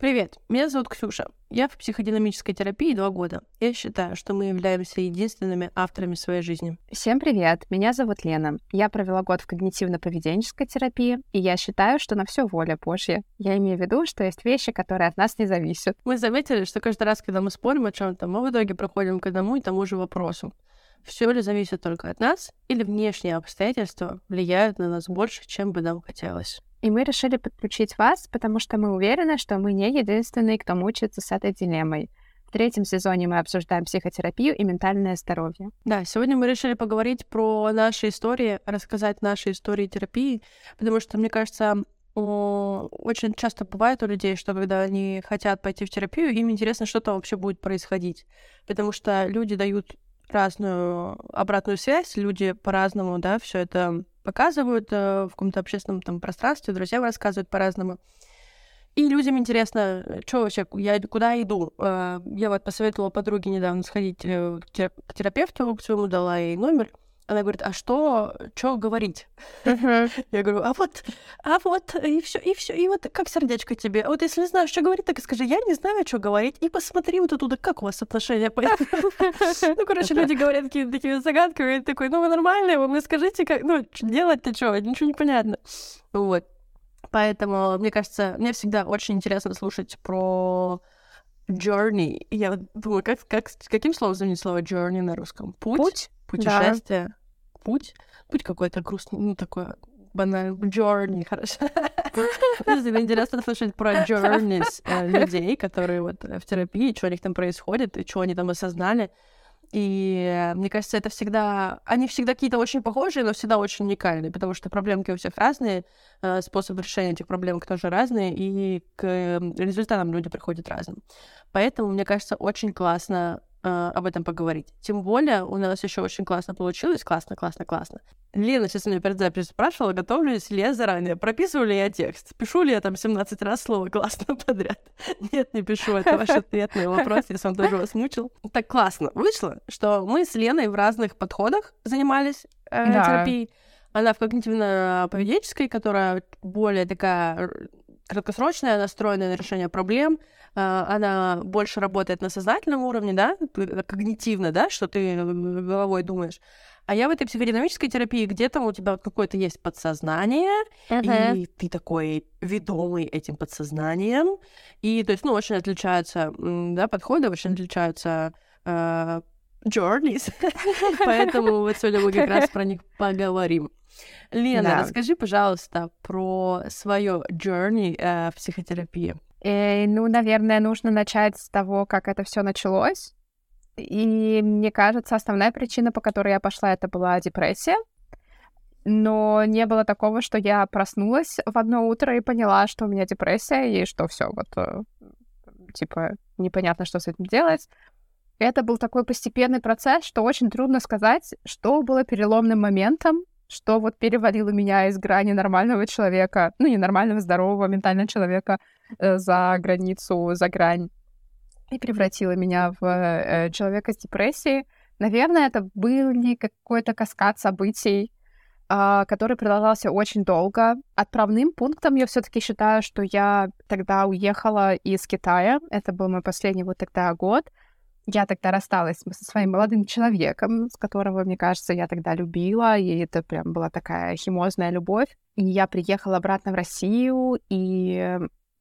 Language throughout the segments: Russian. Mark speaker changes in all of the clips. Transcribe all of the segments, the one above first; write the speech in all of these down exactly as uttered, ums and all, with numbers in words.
Speaker 1: Привет, меня зовут Ксюша. Я в психодинамической терапии два года. Я считаю, что мы являемся единственными авторами своей жизни.
Speaker 2: Всем привет, меня зовут Лена. Я провела год в когнитивно-поведенческой терапии, и я считаю, что на все воля Божья. Я имею в виду, что есть вещи, которые от нас не зависят.
Speaker 1: Мы заметили, что каждый раз, когда мы спорим о чем-то, мы в итоге проходим к одному и тому же вопросу. Все ли зависит только от нас, или внешние обстоятельства влияют на нас больше, чем бы нам хотелось?
Speaker 2: И мы решили подключить вас, потому что мы уверены, что мы не единственные, кто мучается с этой дилеммой. В третьем сезоне мы обсуждаем психотерапию и ментальное здоровье.
Speaker 1: Да, сегодня мы решили поговорить про наши истории, рассказать наши истории терапии, потому что, мне кажется, очень часто бывает у людей, что когда они хотят пойти в терапию, им интересно, что там вообще будет происходить, потому что люди дают разную обратную связь, люди по-разному, да, все это показывают э, в каком-то общественном там пространстве, друзьям рассказывают по-разному. И людям интересно, что вообще, я куда иду. Э, я вот посоветовала подруге недавно сходить э, к, терап- к терапевту, к своему дала ей номер. Она говорит, а что, что говорить?
Speaker 2: Uh-huh.
Speaker 1: Я говорю, а вот, а вот, и все, и все, и вот как сердечко тебе. А вот если не знаешь, что говорить, так и скажи, я не знаю, что говорить, и посмотри вот оттуда, как у вас отношения. Ну, короче, люди говорят какими-то такими загадками, и такой, ну, вы нормальные, вы мне скажите, как, ну, делать-то что, ничего не понятно. Вот. Поэтому, мне кажется, мне всегда очень интересно слушать про journey. И я думаю, как, как, каким словом заменить слово journey на русском? Путь?
Speaker 2: Путь?
Speaker 1: Путешествие, да. Путь, путь какой-то грустный, ну, такой банальный, journey, хорошо. Мне интересно слушать про journeys э, людей, которые вот в терапии, что у них там происходит, и что они там осознали. И мне кажется, это всегда... Они всегда какие-то очень похожие, но всегда очень уникальные, потому что проблемки у всех разные, э, способ решения этих проблемок тоже разные, и к результатам люди приходят разным. Поэтому, мне кажется, очень классно об этом поговорить. Тем более, у нас еще очень классно получилось. Классно, классно, классно. Лена сейчас меня перед записью спрашивала, готовлюсь ли я заранее, прописываю ли я текст, пишу ли я там семнадцать раз слово «классно» подряд. Нет, не пишу, это ваш ответный вопрос, если он тоже вас мучил. Так классно вышло, что мы с Леной в разных подходах занимались э,
Speaker 2: да.
Speaker 1: терапией. Она в когнитивно-поведенческой, которая более такая краткосрочная, настроенная на решение проблем. Она больше работает на сознательном уровне, да, когнитивно, да, что ты головой думаешь. А я в этой психодинамической терапии, где там у тебя вот какое-то есть подсознание, uh-huh. и ты такой ведомый этим подсознанием. И, то есть, ну, очень отличаются, да, подходы, очень отличаются uh, journeys. Поэтому вот сегодня мы как раз про них поговорим. Лена, да. Расскажи, пожалуйста, про свое journey uh, в психотерапии.
Speaker 2: И, ну, наверное, нужно начать с того, как это все началось. И мне кажется, основная причина, по которой я пошла, это была депрессия. Но не было такого, что я проснулась в одно утро и поняла, что у меня депрессия, и что все вот, типа, непонятно, что с этим делать. Это был такой постепенный процесс, что очень трудно сказать, что было переломным моментом, что вот перевалило меня из грани нормального человека, ну, не нормального, здорового, ментального человека э, за границу, за грань, и превратило меня в э, человека с депрессией. Наверное, это был какой-то каскад событий, э, который продолжался очень долго. Отправным пунктом я все-таки считаю, что я тогда уехала из Китая. Это был мой последний вот тогда год. Я тогда рассталась со своим молодым человеком, с которого, мне кажется, я тогда любила, и это прям была такая химозная любовь. И я приехала обратно в Россию, и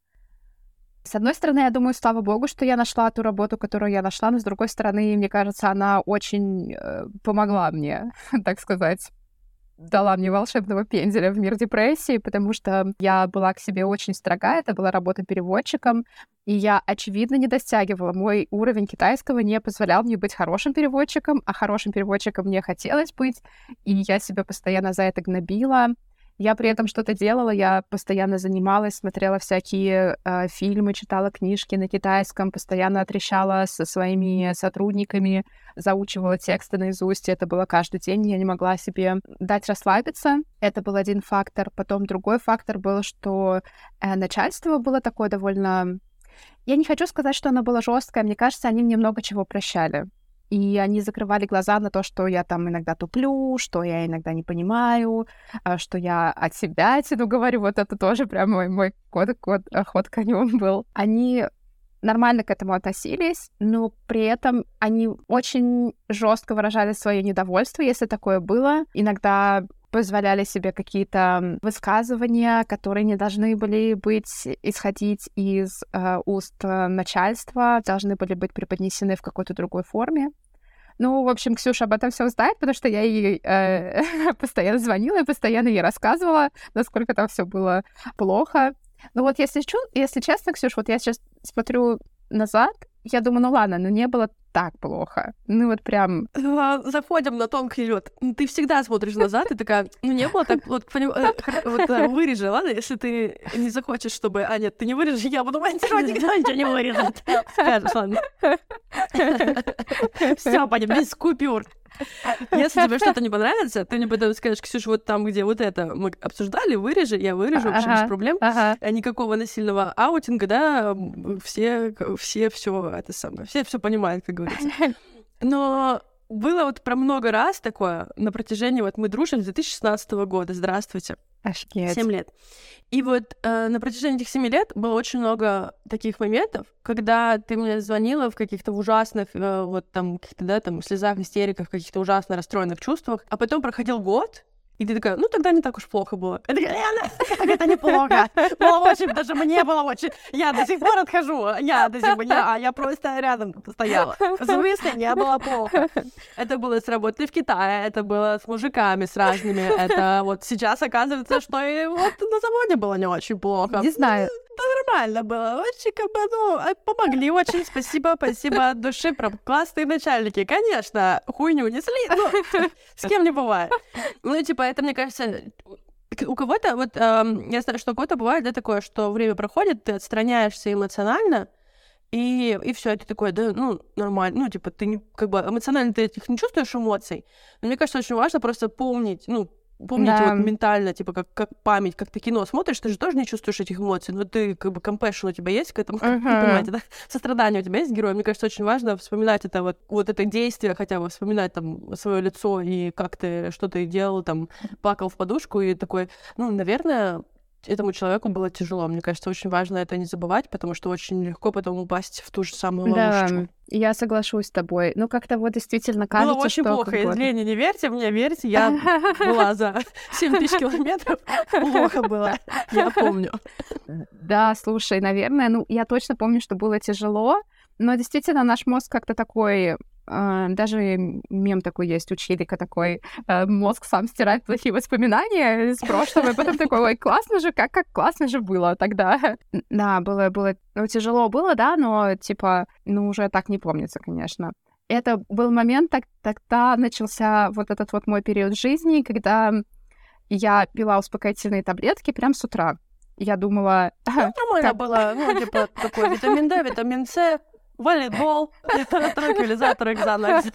Speaker 2: с одной стороны, я думаю, слава богу, что я нашла ту работу, которую я нашла, но с другой стороны, мне кажется, она очень э, помогла мне, так сказать, дала мне волшебного пенделя в мир депрессии, потому что я была к себе очень строга, это была работа переводчиком, и я, очевидно, не достигала. Мой уровень китайского не позволял мне быть хорошим переводчиком, а хорошим переводчиком мне хотелось быть, и я себя постоянно за это гнобила. Я при этом что-то делала, я постоянно занималась, смотрела всякие э, фильмы, читала книжки на китайском, постоянно отрещала со своими сотрудниками, заучивала тексты наизусть. Это было каждый день, я не могла себе дать расслабиться. Это был один фактор. Потом другой фактор был, что э, начальство было такое довольно... Я не хочу сказать, что оно было жесткое, мне кажется, они мне много чего прощали. И они закрывали глаза на то, что я там иногда туплю, что я иногда не понимаю, что я от себя тяну, говорю. Вот это тоже прям мой, мой код, код, ход конем был. Они нормально к этому относились, но при этом они очень жестко выражали свое недовольство, если такое было. Иногда позволяли себе какие-то высказывания, которые не должны были быть исходить из э, уст начальства, должны были быть преподнесены в какой-то другой форме. Ну, в общем, Ксюша об этом все знает, потому что я ей э, постоянно звонила и постоянно ей рассказывала, насколько там все было плохо. Ну вот, если, если честно, Ксюш, вот я сейчас смотрю назад, я думаю, ну ладно, ну не было так плохо. Ну вот прям...
Speaker 1: Заходим на тонкий лед. Ты всегда смотришь назад и такая, ну не было так... Вот, поним... вот вырежи, ладно? Если ты не захочешь, чтобы... А, нет, ты не вырежешь, я буду монтировать, никто ничего не вырежет. Скажешь, ладно. Всё, пойдем, без купюр. Если тебе что-то не понравится, ты мне потом скажешь, Ксюша, вот там, где вот это мы обсуждали, вырежи, я вырежу, вообще
Speaker 2: ага,
Speaker 1: без проблем.
Speaker 2: Ага.
Speaker 1: Никакого насильного аутинга, да, все, все все это самое, все все понимают, как говорится. Но было вот про много раз такое на протяжении, вот мы дружим с две тысячи шестнадцатого года, здравствуйте.
Speaker 2: Офигеть.
Speaker 1: Семь лет. И вот э, на протяжении этих семи лет было очень много таких моментов, когда ты мне звонила в каких-то ужасных, э, вот там, каких-то, да, там, слезах, истериках, каких-то ужасно расстроенных чувствах, а потом проходил год, и ты такая, ну, тогда не так уж плохо было. Я такая, Лена, как это неплохо? Было очень, даже мне было очень... Я до сих пор отхожу, я до сих пор, я, я просто рядом стояла. В смысле, не было плохо. Это было с работой в Китае, это было с мужиками, с разными. Это вот сейчас оказывается, что и вот на заводе было не очень плохо.
Speaker 2: Не знаю.
Speaker 1: Да нормально было. Очень как бы, ну, помогли очень. Спасибо, спасибо от души. Прям классные начальники. Конечно, хуйню несли, ну, с кем не бывает. Ну, типа, это, мне кажется, у кого-то, вот, эм, я знаю, что у кого-то бывает, да, такое, что время проходит, ты отстраняешься эмоционально, и, и все, это такое, да, ну, нормально, ну, типа, ты не, как бы эмоционально ты этих не чувствуешь эмоций, но мне кажется, очень важно просто помнить, ну, помнить
Speaker 2: да.
Speaker 1: вот ментально, типа, как, как память, как ты кино смотришь, ты же тоже не чувствуешь этих эмоций, но ты, как бы, compassion у тебя есть к этому, uh-huh. понимаете, да? Сострадание у тебя есть герой. Мне кажется, очень важно вспоминать это вот, вот это действие, хотя бы вспоминать там свое лицо и как ты, что ты делал, там, плакал в подушку и такой, ну, наверное, этому человеку было тяжело. Мне кажется, очень важно это не забывать, потому что очень легко потом упасть в ту же самую ловушечку.
Speaker 2: Да, я соглашусь с тобой. Ну, как-то вот действительно кажется,
Speaker 1: было очень
Speaker 2: что...
Speaker 1: плохо. Лене, не верьте мне, верьте, я была за семь тысяч километров. Плохо было, я помню.
Speaker 2: Да, слушай, наверное, ну, я точно помню, что было тяжело, но действительно наш мозг как-то такой... Uh, даже мем такой есть у Чирика такой, uh, мозг сам стирает плохие воспоминания из прошлого, и потом такой, ой, классно же, как, как классно же было тогда. Да, было, было, ну, тяжело было, да, но, типа, ну, уже так не помнится, конечно. Это был момент, так, тогда начался вот этот вот мой период жизни, когда я пила успокоительные таблетки прям с утра. Я думала...
Speaker 1: Ну, нормально как... было, ну, типа, такой витамин D, витамин С, волейбол, транквилизатор, экзанекс.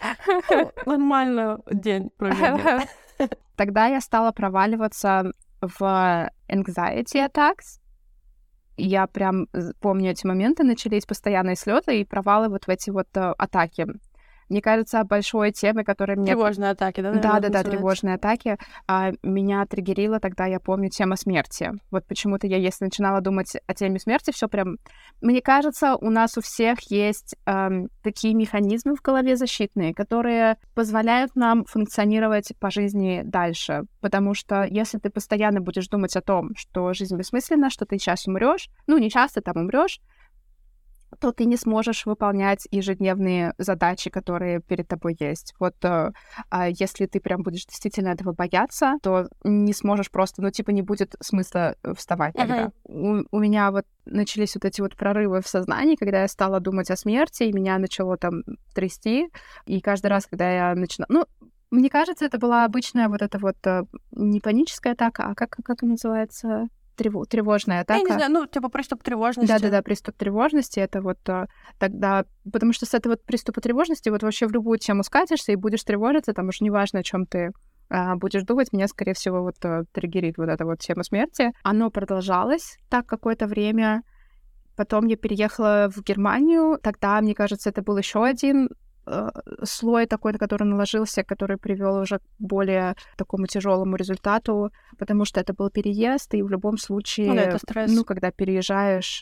Speaker 1: Нормально день провели.
Speaker 2: Тогда я стала проваливаться в anxiety attacks. Я прям помню эти моменты, начались постоянные слёты и провалы вот в эти вот uh, атаки. Мне кажется, большой темой, которая меня...
Speaker 1: Тревожные атаки, да?
Speaker 2: Да-да-да, тревожные атаки. А, меня триггерила тогда, я помню, тема смерти. Вот почему-то я, если начинала думать о теме смерти, все прям... Мне кажется, у нас у всех есть эм, такие механизмы в голове защитные, которые позволяют нам функционировать по жизни дальше. Потому что если ты постоянно будешь думать о том, что жизнь бессмысленна, что ты сейчас умрешь, ну, не часто там умрешь, то ты не сможешь выполнять ежедневные задачи, которые перед тобой есть. Вот э, э, если ты прям будешь действительно этого бояться, то не сможешь просто, ну, типа, не будет смысла вставать тогда. Uh-huh. У, у меня вот начались вот эти вот прорывы в сознании, когда я стала думать о смерти, и меня начало там трясти, и каждый раз, когда я начинала... Ну, мне кажется, это была обычная вот эта вот э, не паническая атака, а как, как это называется... тревожная атака.
Speaker 1: Я не знаю, ну, типа приступ тревожности.
Speaker 2: Да-да-да, приступ тревожности, это вот а, тогда... Потому что с этого вот приступа тревожности вот вообще в любую тему скатишься и будешь тревожиться, там уж неважно, о чем ты а, будешь думать, меня, скорее всего, вот а, триггерит вот эта вот тема смерти. Оно продолжалось так какое-то время. Потом я переехала в Германию. Тогда, мне кажется, это был еще один э, слой такой, который наложился, который привел уже к более такому тяжелому результату, потому что это был переезд, и в любом случае,
Speaker 1: Ну да, это стресс.
Speaker 2: ну, когда переезжаешь,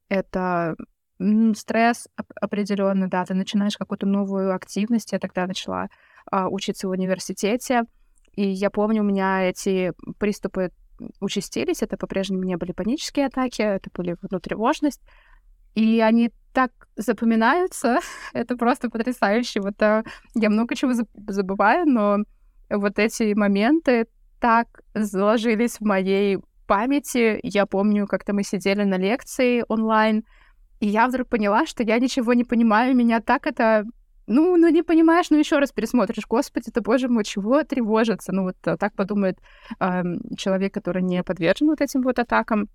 Speaker 2: это м, стресс оп- определенный, да, ты начинаешь какую-то новую активность. Я тогда начала а, учиться в университете, и я помню, у меня эти приступы участились, это по-прежнему не были панические атаки, это были внутренность, и они так запоминаются, это просто потрясающе. Вот а, я много чего заб- забываю, но вот эти моменты так заложились в моей памяти. Я помню, как-то мы сидели на лекции онлайн, и я вдруг поняла, что я ничего не понимаю, меня так это... Ну, ну не понимаешь, ну еще раз пересмотришь. Господи, ты, боже мой, чего тревожиться? Ну вот а, так подумает эм, человек, который не подвержен вот этим вот атакам.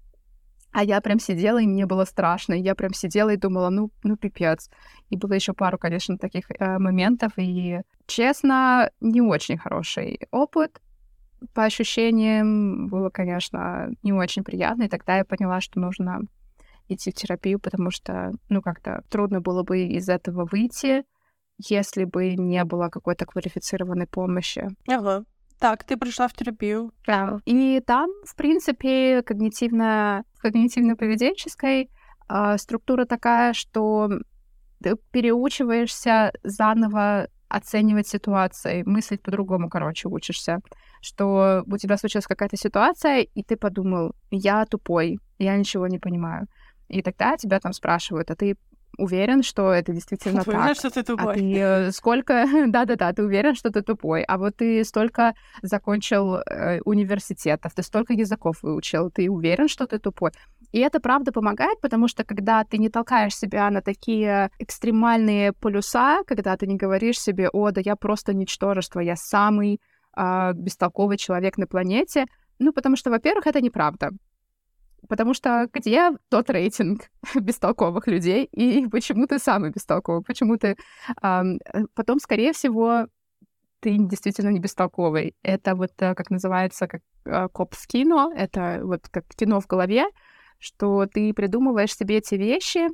Speaker 2: А я прям сидела, и мне было страшно. И я прям сидела и думала, ну, ну пипец. И было еще пару, конечно, таких э, моментов. И, честно, не очень хороший опыт. По ощущениям было, конечно, не очень приятно. И тогда я поняла, что нужно идти в терапию, потому что, ну, как-то трудно было бы из этого выйти, если бы не было какой-то квалифицированной помощи.
Speaker 1: Ага. Так, ты пришла в терапию.
Speaker 2: Да. И там, в принципе, когнитивно, когнитивно-поведенческой э, структура такая, что ты переучиваешься заново оценивать ситуации, мыслить по-другому, короче, учишься. Что у тебя случилась какая-то ситуация, и ты подумал, я тупой, я ничего не понимаю. И тогда тебя там спрашивают, а ты уверен, что это действительно
Speaker 1: Ты уверена,
Speaker 2: так?
Speaker 1: что ты
Speaker 2: А
Speaker 1: тупой?
Speaker 2: ты э, сколько... Да-да-да, ты уверен, что ты тупой. А вот ты столько закончил э, университетов, ты столько языков выучил, ты уверен, что ты тупой? И это правда помогает, потому что когда ты не толкаешь себя на такие экстремальные полюса, когда ты не говоришь себе, о, да я просто ничтожество, я самый э, бестолковый человек на планете, ну, потому что, во-первых, это неправда. Потому что где тот рейтинг бестолковых людей, и почему ты самый бестолковый, почему ты... ам, э, потом, скорее всего, ты действительно не бестолковый. Это вот, э, как называется, как э, коп-кино, это вот как кино в голове, что ты придумываешь себе эти вещи,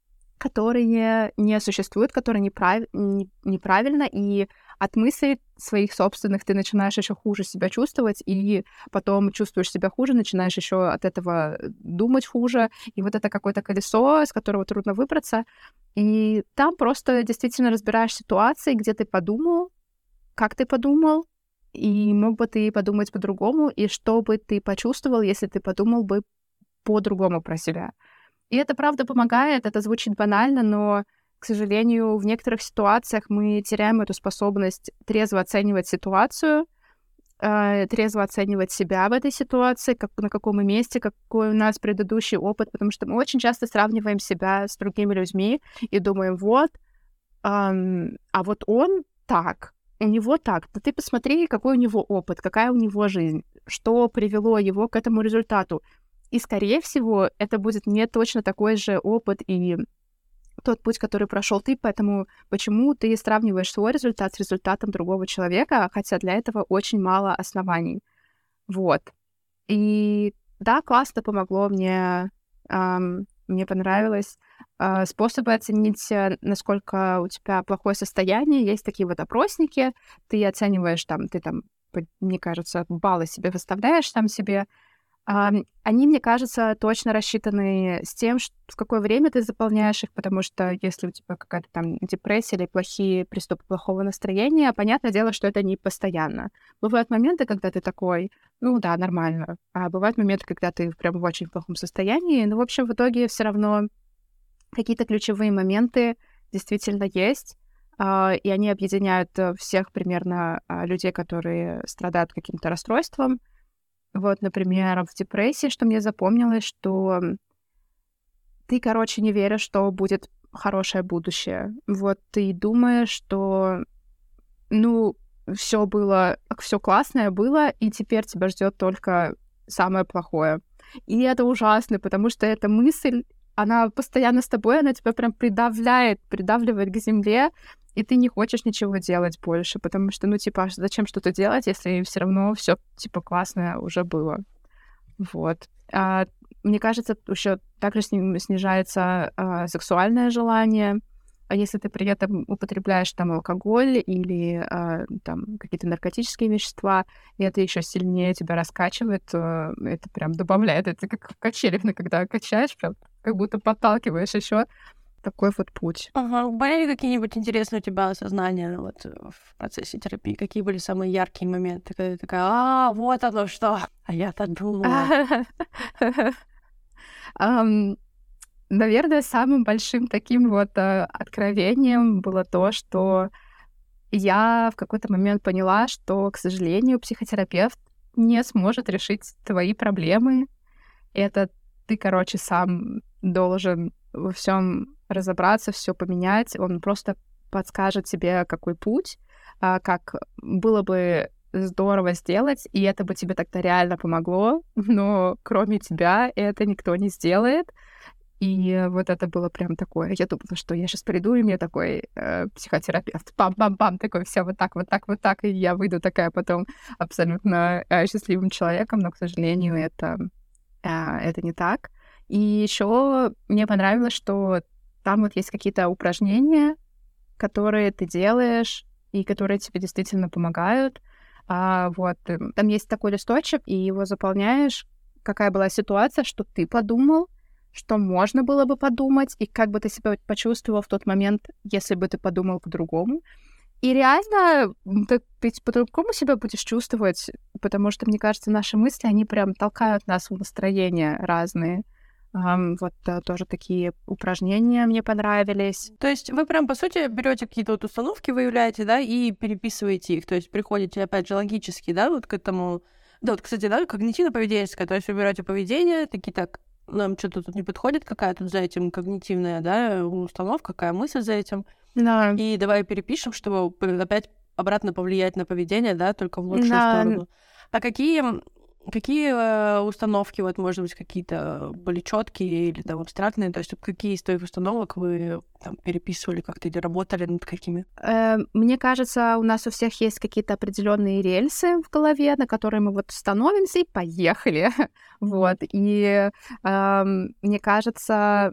Speaker 2: которые не существуют, которые неправ... не- неправильно, и от мыслей своих собственных ты начинаешь еще хуже себя чувствовать, и потом чувствуешь себя хуже, начинаешь еще от этого думать хуже, и вот это какое-то колесо, с которого трудно выбраться, и там просто действительно разбираешь ситуации, где ты подумал, как ты подумал, и мог бы ты подумать по-другому, и что бы ты почувствовал, если ты подумал бы по-другому про себя. И это правда помогает, это звучит банально, но, к сожалению, в некоторых ситуациях мы теряем эту способность трезво оценивать ситуацию, э, трезво оценивать себя в этой ситуации, как, на каком мы месте, какой у нас предыдущий опыт, потому что мы очень часто сравниваем себя с другими людьми и думаем, вот, ам, а вот он так, у него так. Да ты посмотри, какой у него опыт, какая у него жизнь, что привело его к этому результату. И, скорее всего, это будет не точно такой же опыт и тот путь, который прошел ты, поэтому почему ты сравниваешь свой результат с результатом другого человека, хотя для этого очень мало оснований. Вот. И да, классно помогло мне, ам, мне понравилось. А, способы оценить, э, насколько у тебя плохое состояние, есть такие вот опросники, ты оцениваешь там, ты там, п- мне кажется, баллы себе выставляешь там себе. Ам, они, мне кажется, точно рассчитаны с тем, ш- в какое время ты заполняешь их, потому что если у тебя какая-то там депрессия или плохие приступы плохого настроения, понятное дело, что это не постоянно. Бывают моменты, когда ты такой, ну да, нормально, а бывают моменты, когда ты прям в очень плохом состоянии, но, в общем, в итоге все равно какие-то ключевые моменты действительно есть, а, и они объединяют э, всех примерно а, людей, которые страдают каким-то расстройством. Вот, например, в депрессии, что мне запомнилось, что ты, короче, не веришь, что будет хорошее будущее. Вот ты думаешь, что, ну, все было, все классное было, и теперь тебя ждет только самое плохое. И это ужасно, потому что эта мысль, она постоянно с тобой, она тебя прям придавляет, придавливает к земле, и ты не хочешь ничего делать больше, потому что, ну, типа, а зачем что-то делать, если все равно все типа, классное уже было. Вот. А, мне кажется, еще также сни- снижается а, сексуальное желание, А если ты при этом употребляешь там алкоголь или э, там какие-то наркотические вещества, и это еще сильнее тебя раскачивает, то это прям добавляет. Это как в качелях, когда качаешь, прям как будто подталкиваешь еще. Такой вот путь.
Speaker 1: Ага. Были ли какие-нибудь интересные у тебя осознания вот в процессе терапии? Какие были самые яркие моменты, когда ты такая, а, вот оно что, а я-то думала.
Speaker 2: Наверное, самым большим таким вот откровением было то, что я в какой-то момент поняла, что, к сожалению, психотерапевт не сможет решить твои проблемы. Это ты, короче, сам должен во всем разобраться, все поменять. Он просто подскажет тебе, какой путь, как было бы здорово сделать, и это бы тебе тогда реально помогло, но кроме тебя это никто не сделает. И вот это было прям такое. Я думала, что я сейчас приду, и мне такой э, психотерапевт, пам-пам-пам, такой, все вот так, вот так, вот так, и я выйду такая потом абсолютно э, счастливым человеком, но, к сожалению, это, э, это не так. И еще мне понравилось, что там вот есть какие-то упражнения, которые ты делаешь, и которые тебе действительно помогают. А, вот, там есть такой листочек, и его заполняешь, какая была ситуация, что ты подумал, что можно было бы подумать, и как бы ты себя почувствовал в тот момент, если бы ты подумал по-другому. И реально ты, ты по-другому себя будешь чувствовать, потому что, мне кажется, наши мысли, они прям толкают нас в настроения разные. Um, вот uh, тоже такие упражнения мне понравились.
Speaker 1: То есть вы прям, по сути, берете какие-то вот установки, выявляете, да, и переписываете их. То есть приходите, опять же, логически, да, вот к этому... Да, вот, кстати, да, когнитивно-поведенческое. То есть вы берете поведение, такие так, нам что-то тут не подходит, какая тут за этим когнитивная, да, установка, какая мысль за этим.
Speaker 2: Да.
Speaker 1: И давай перепишем, чтобы опять обратно повлиять на поведение, да, только в лучшую
Speaker 2: Да.
Speaker 1: сторону. А какие, какие э, установки, вот, может быть, какие-то были четкие или там абстрактные, то есть какие из твоих установок вы там переписывали как-то или работали над какими?
Speaker 2: Э, мне кажется, у нас у всех есть какие-то определенные рельсы в голове, на которые мы вот становимся и поехали. Вот. И э, мне кажется,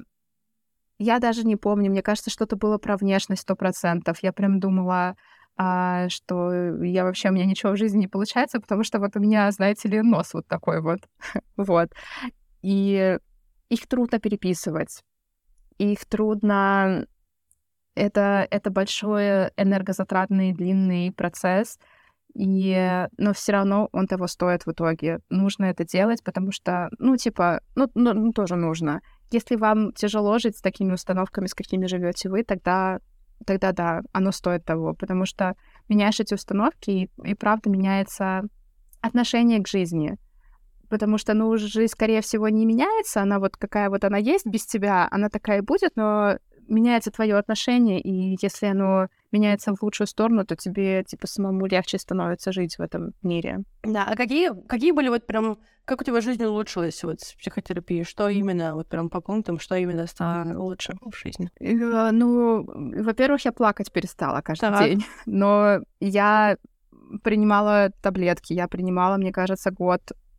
Speaker 2: я даже не помню, мне кажется, что-то было про внешность сто процентов. Я прям думала, а, что я вообще, у меня ничего в жизни не получается, потому что вот у меня, знаете ли, нос вот такой вот. Вот. И их трудно переписывать. Их трудно... Это, это большой энергозатратный, длинный процесс, и... но все равно он того стоит в итоге. Нужно это делать, потому что, ну, типа, ну, ну, ну тоже нужно. Если вам тяжело жить с такими установками, с какими живете вы, тогда, тогда да, оно стоит того, потому что меняешь эти установки, и, и правда меняется отношение к жизни. Потому что, ну, жизнь, скорее всего, не меняется, она вот какая вот она есть без тебя, она такая и будет, но меняется твое отношение, и если оно меняется в лучшую сторону, то тебе, типа, самому легче становится жить в этом мире.
Speaker 1: Да, а какие, какие были вот прям... Как у тебя жизнь улучшилась вот с психотерапией? Что именно, вот прям по пунктам, что именно стало лучше в жизни?
Speaker 2: Uh, ну, во-первых, я плакать перестала каждый
Speaker 1: так.
Speaker 2: день, но я принимала таблетки, я принимала, мне кажется, год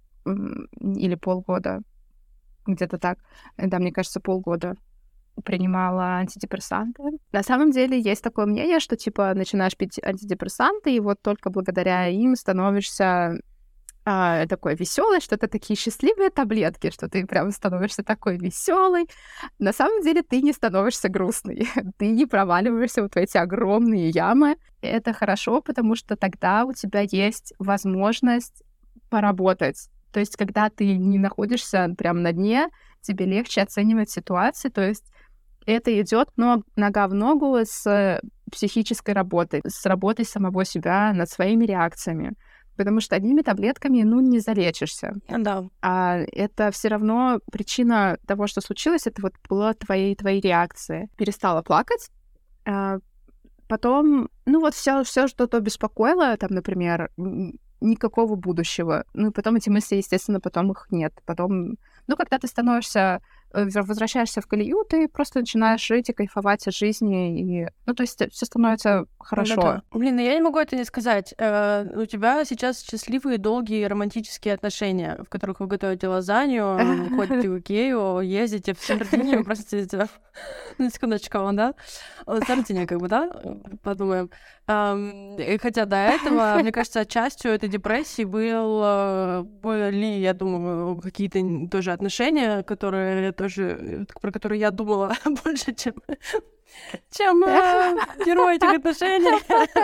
Speaker 2: или полгода, где-то так. Да, мне кажется, полгода принимала антидепрессанты. На самом деле есть такое мнение, что, типа, начинаешь пить антидепрессанты, и вот только благодаря им становишься а, такой веселой, что это такие счастливые таблетки, что ты прям становишься такой веселый. На самом деле ты не становишься грустной, ты не проваливаешься вот в эти огромные ямы. И это хорошо, потому что тогда у тебя есть возможность поработать. То есть, когда ты не находишься прям на дне, тебе легче оценивать ситуации. То есть, это идет нога в ногу с психической работой, с работой самого себя над своими реакциями. Потому что одними таблетками, ну, не залечишься.
Speaker 1: Да.
Speaker 2: А это все равно причина того, что случилось, это вот была твои, твои реакции. Перестала плакать, а потом, ну, вот все, все, что-то беспокоило, там, например, никакого будущего. Ну, и потом эти мысли, естественно, потом их нет. Потом, ну, когда ты становишься возвращаешься в колею, ты просто начинаешь жить и кайфовать от жизни, и... Ну, то есть все становится хорошо.
Speaker 1: Да-да. Блин, ну я не могу это не сказать. Э, у тебя сейчас счастливые, долгие, романтические отношения, в которых вы готовите лазанью, ходите в Икею, ездите в Сардинию, простите, на секундочку, да? Сардиния, как бы, да? Подумаем. Хотя до этого, мне кажется, частью этой депрессии был, были, я думаю, какие-то тоже отношения, которые тоже, про которые я думала больше, чем, чем герой этих отношений.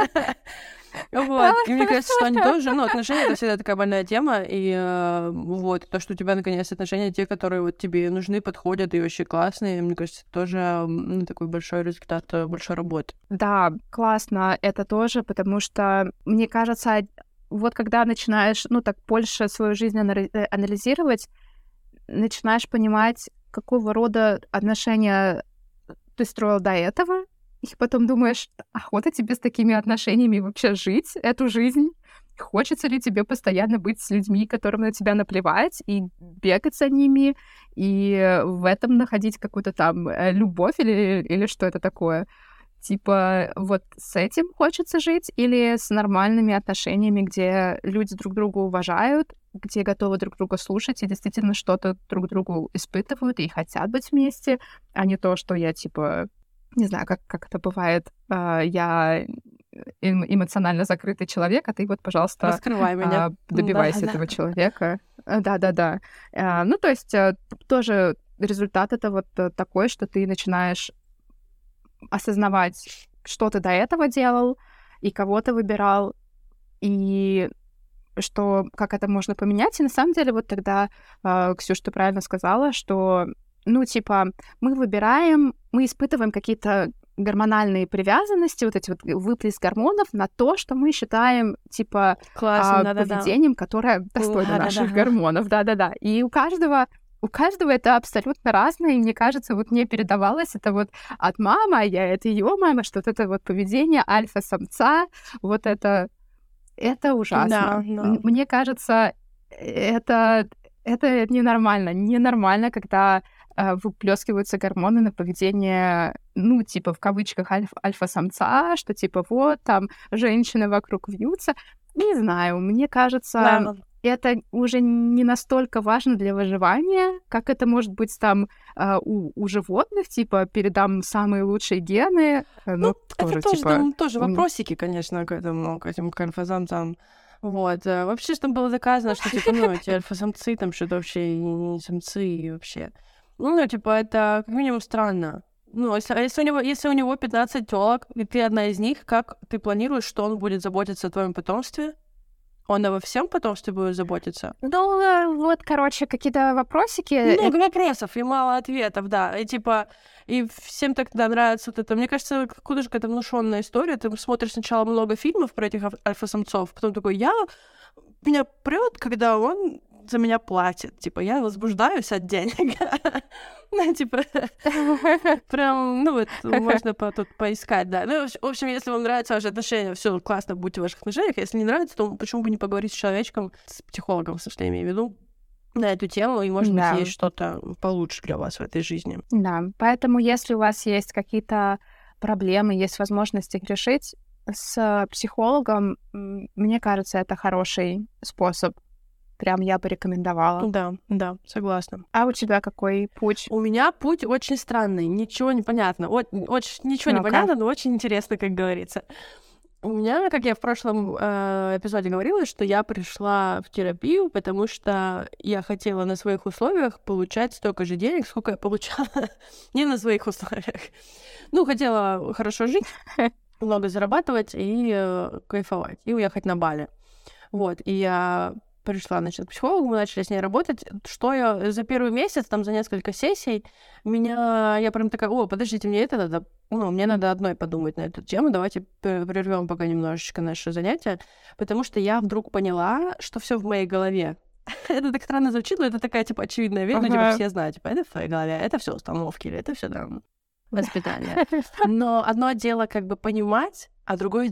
Speaker 1: Вот. И мне кажется, что они тоже, ну, отношения — это всегда такая больная тема, и э, вот, то, что у тебя, наконец, отношения те, которые вот тебе нужны, подходят и вообще классные, мне кажется, тоже ну, такой большой результат большой работы.
Speaker 2: Да, классно это тоже, потому что, мне кажется, вот когда начинаешь, ну, так больше свою жизнь анализировать, начинаешь понимать, какого рода отношения ты строил до этого, и потом думаешь, охота тебе с такими отношениями вообще жить эту жизнь? Хочется ли тебе постоянно быть с людьми, которым на тебя наплевать, и бегать за ними, и в этом находить какую-то там любовь или, или что это такое? Типа, вот с этим хочется жить или с нормальными отношениями, где люди друг друга уважают, где готовы друг друга слушать и действительно что-то друг другу испытывают и хотят быть вместе, а не то, что я, типа... Не знаю, как, как это бывает. Uh, я эм- эмоционально закрытый человек, а ты вот, пожалуйста,
Speaker 1: раскрывай меня.
Speaker 2: Uh, добивайся
Speaker 1: да,
Speaker 2: этого
Speaker 1: да.
Speaker 2: человека. Да-да-да. Uh, ну, то есть uh, тоже результат это вот uh, такой, что ты начинаешь осознавать, что ты до этого делал, и кого ты выбирал, и что, как это можно поменять. И на самом деле вот тогда, uh, Ксюш, ты правильно сказала, что ну, типа, мы выбираем, мы испытываем какие-то гормональные привязанности, вот эти вот выплеск гормонов на то, что мы считаем, типа,
Speaker 1: Классно,
Speaker 2: а,
Speaker 1: да-да-да.
Speaker 2: поведением, которое достойно
Speaker 1: Да-да-да.
Speaker 2: наших гормонов. Да-да-да. И у каждого, у каждого это абсолютно разное, и мне кажется, вот мне передавалось это вот от мамы, а я это ее мама, что вот это вот поведение альфа-самца, вот это, это ужасно.
Speaker 1: Да, да.
Speaker 2: Мне кажется, это, это ненормально. Ненормально, когда выплескиваются гормоны на поведение, ну, типа, в кавычках, альф- альфа-самца, что, типа, вот, там, женщины вокруг вьются. Не знаю, мне кажется,
Speaker 1: Да.
Speaker 2: это уже не настолько важно для выживания, как это может быть там у, у животных, типа, передам самые лучшие гены. Ну,
Speaker 1: Ну,
Speaker 2: тоже,
Speaker 1: это тоже,
Speaker 2: типа...
Speaker 1: там, тоже вопросики, конечно, к этому, к этим к альфа-самцам. Вот. Вообще, что было доказано, что, типа, ну, эти альфа-самцы, там, что-то вообще не самцы и вообще... Ну, типа, это как минимум странно. Ну, если, если, у него, если у него пятнадцать тёлок, и ты одна из них, как ты планируешь, что он будет заботиться о твоем потомстве? Он обо всем потомстве будет заботиться?
Speaker 2: Ну, вот, короче, какие-то вопросики.
Speaker 1: Много вопросов и мало ответов, да. И, типа, и всем тогда нравится вот это. Мне кажется, откуда же какая-то внушённая история. Ты смотришь сначала много фильмов про этих альфа-самцов, потом такой, я... Меня прёт, когда он... за меня платит. Типа, я возбуждаюсь от денег. Ну, типа, прям, ну, вот, можно тут поискать, да. Ну, в общем, если вам нравятся ваши отношения, все классно, будьте в ваших отношениях. Если не нравится, то почему бы не поговорить с человечком, с психологом, что я имею в виду, на эту тему, и, может быть, есть что-то получше для вас в этой жизни.
Speaker 2: Да, поэтому, если у вас есть какие-то проблемы, есть возможность их решить с психологом, мне кажется, это хороший способ. Прям я бы рекомендовала.
Speaker 1: Да, да, согласна.
Speaker 2: А у тебя какой путь?
Speaker 1: У меня путь очень странный, ничего не понятно. Очень, ничего не понятно, но очень интересно, как говорится. У меня, как я в прошлом э, эпизоде говорила, что я пришла в терапию, потому что я хотела на своих условиях получать столько же денег, сколько я получала не на своих условиях. Ну, хотела хорошо жить, много зарабатывать и э, кайфовать, и уехать на Бали. Вот, и я... пришла, значит, к психологу, мы начали с ней работать. Что я за первый месяц, там, за несколько сессий, меня... Я прям такая, о, подождите, мне это надо... Ну, мне надо одной подумать на эту тему. Давайте прервем пока немножечко наше занятие. Потому что я вдруг поняла, что все в моей голове. Это так странно звучит, но это такая, типа, очевидная вещь. Ну, типа, все знают, типа, это в твоей голове, это все установки, или это все там воспитание. Но одно дело, как бы, понимать, а другое дело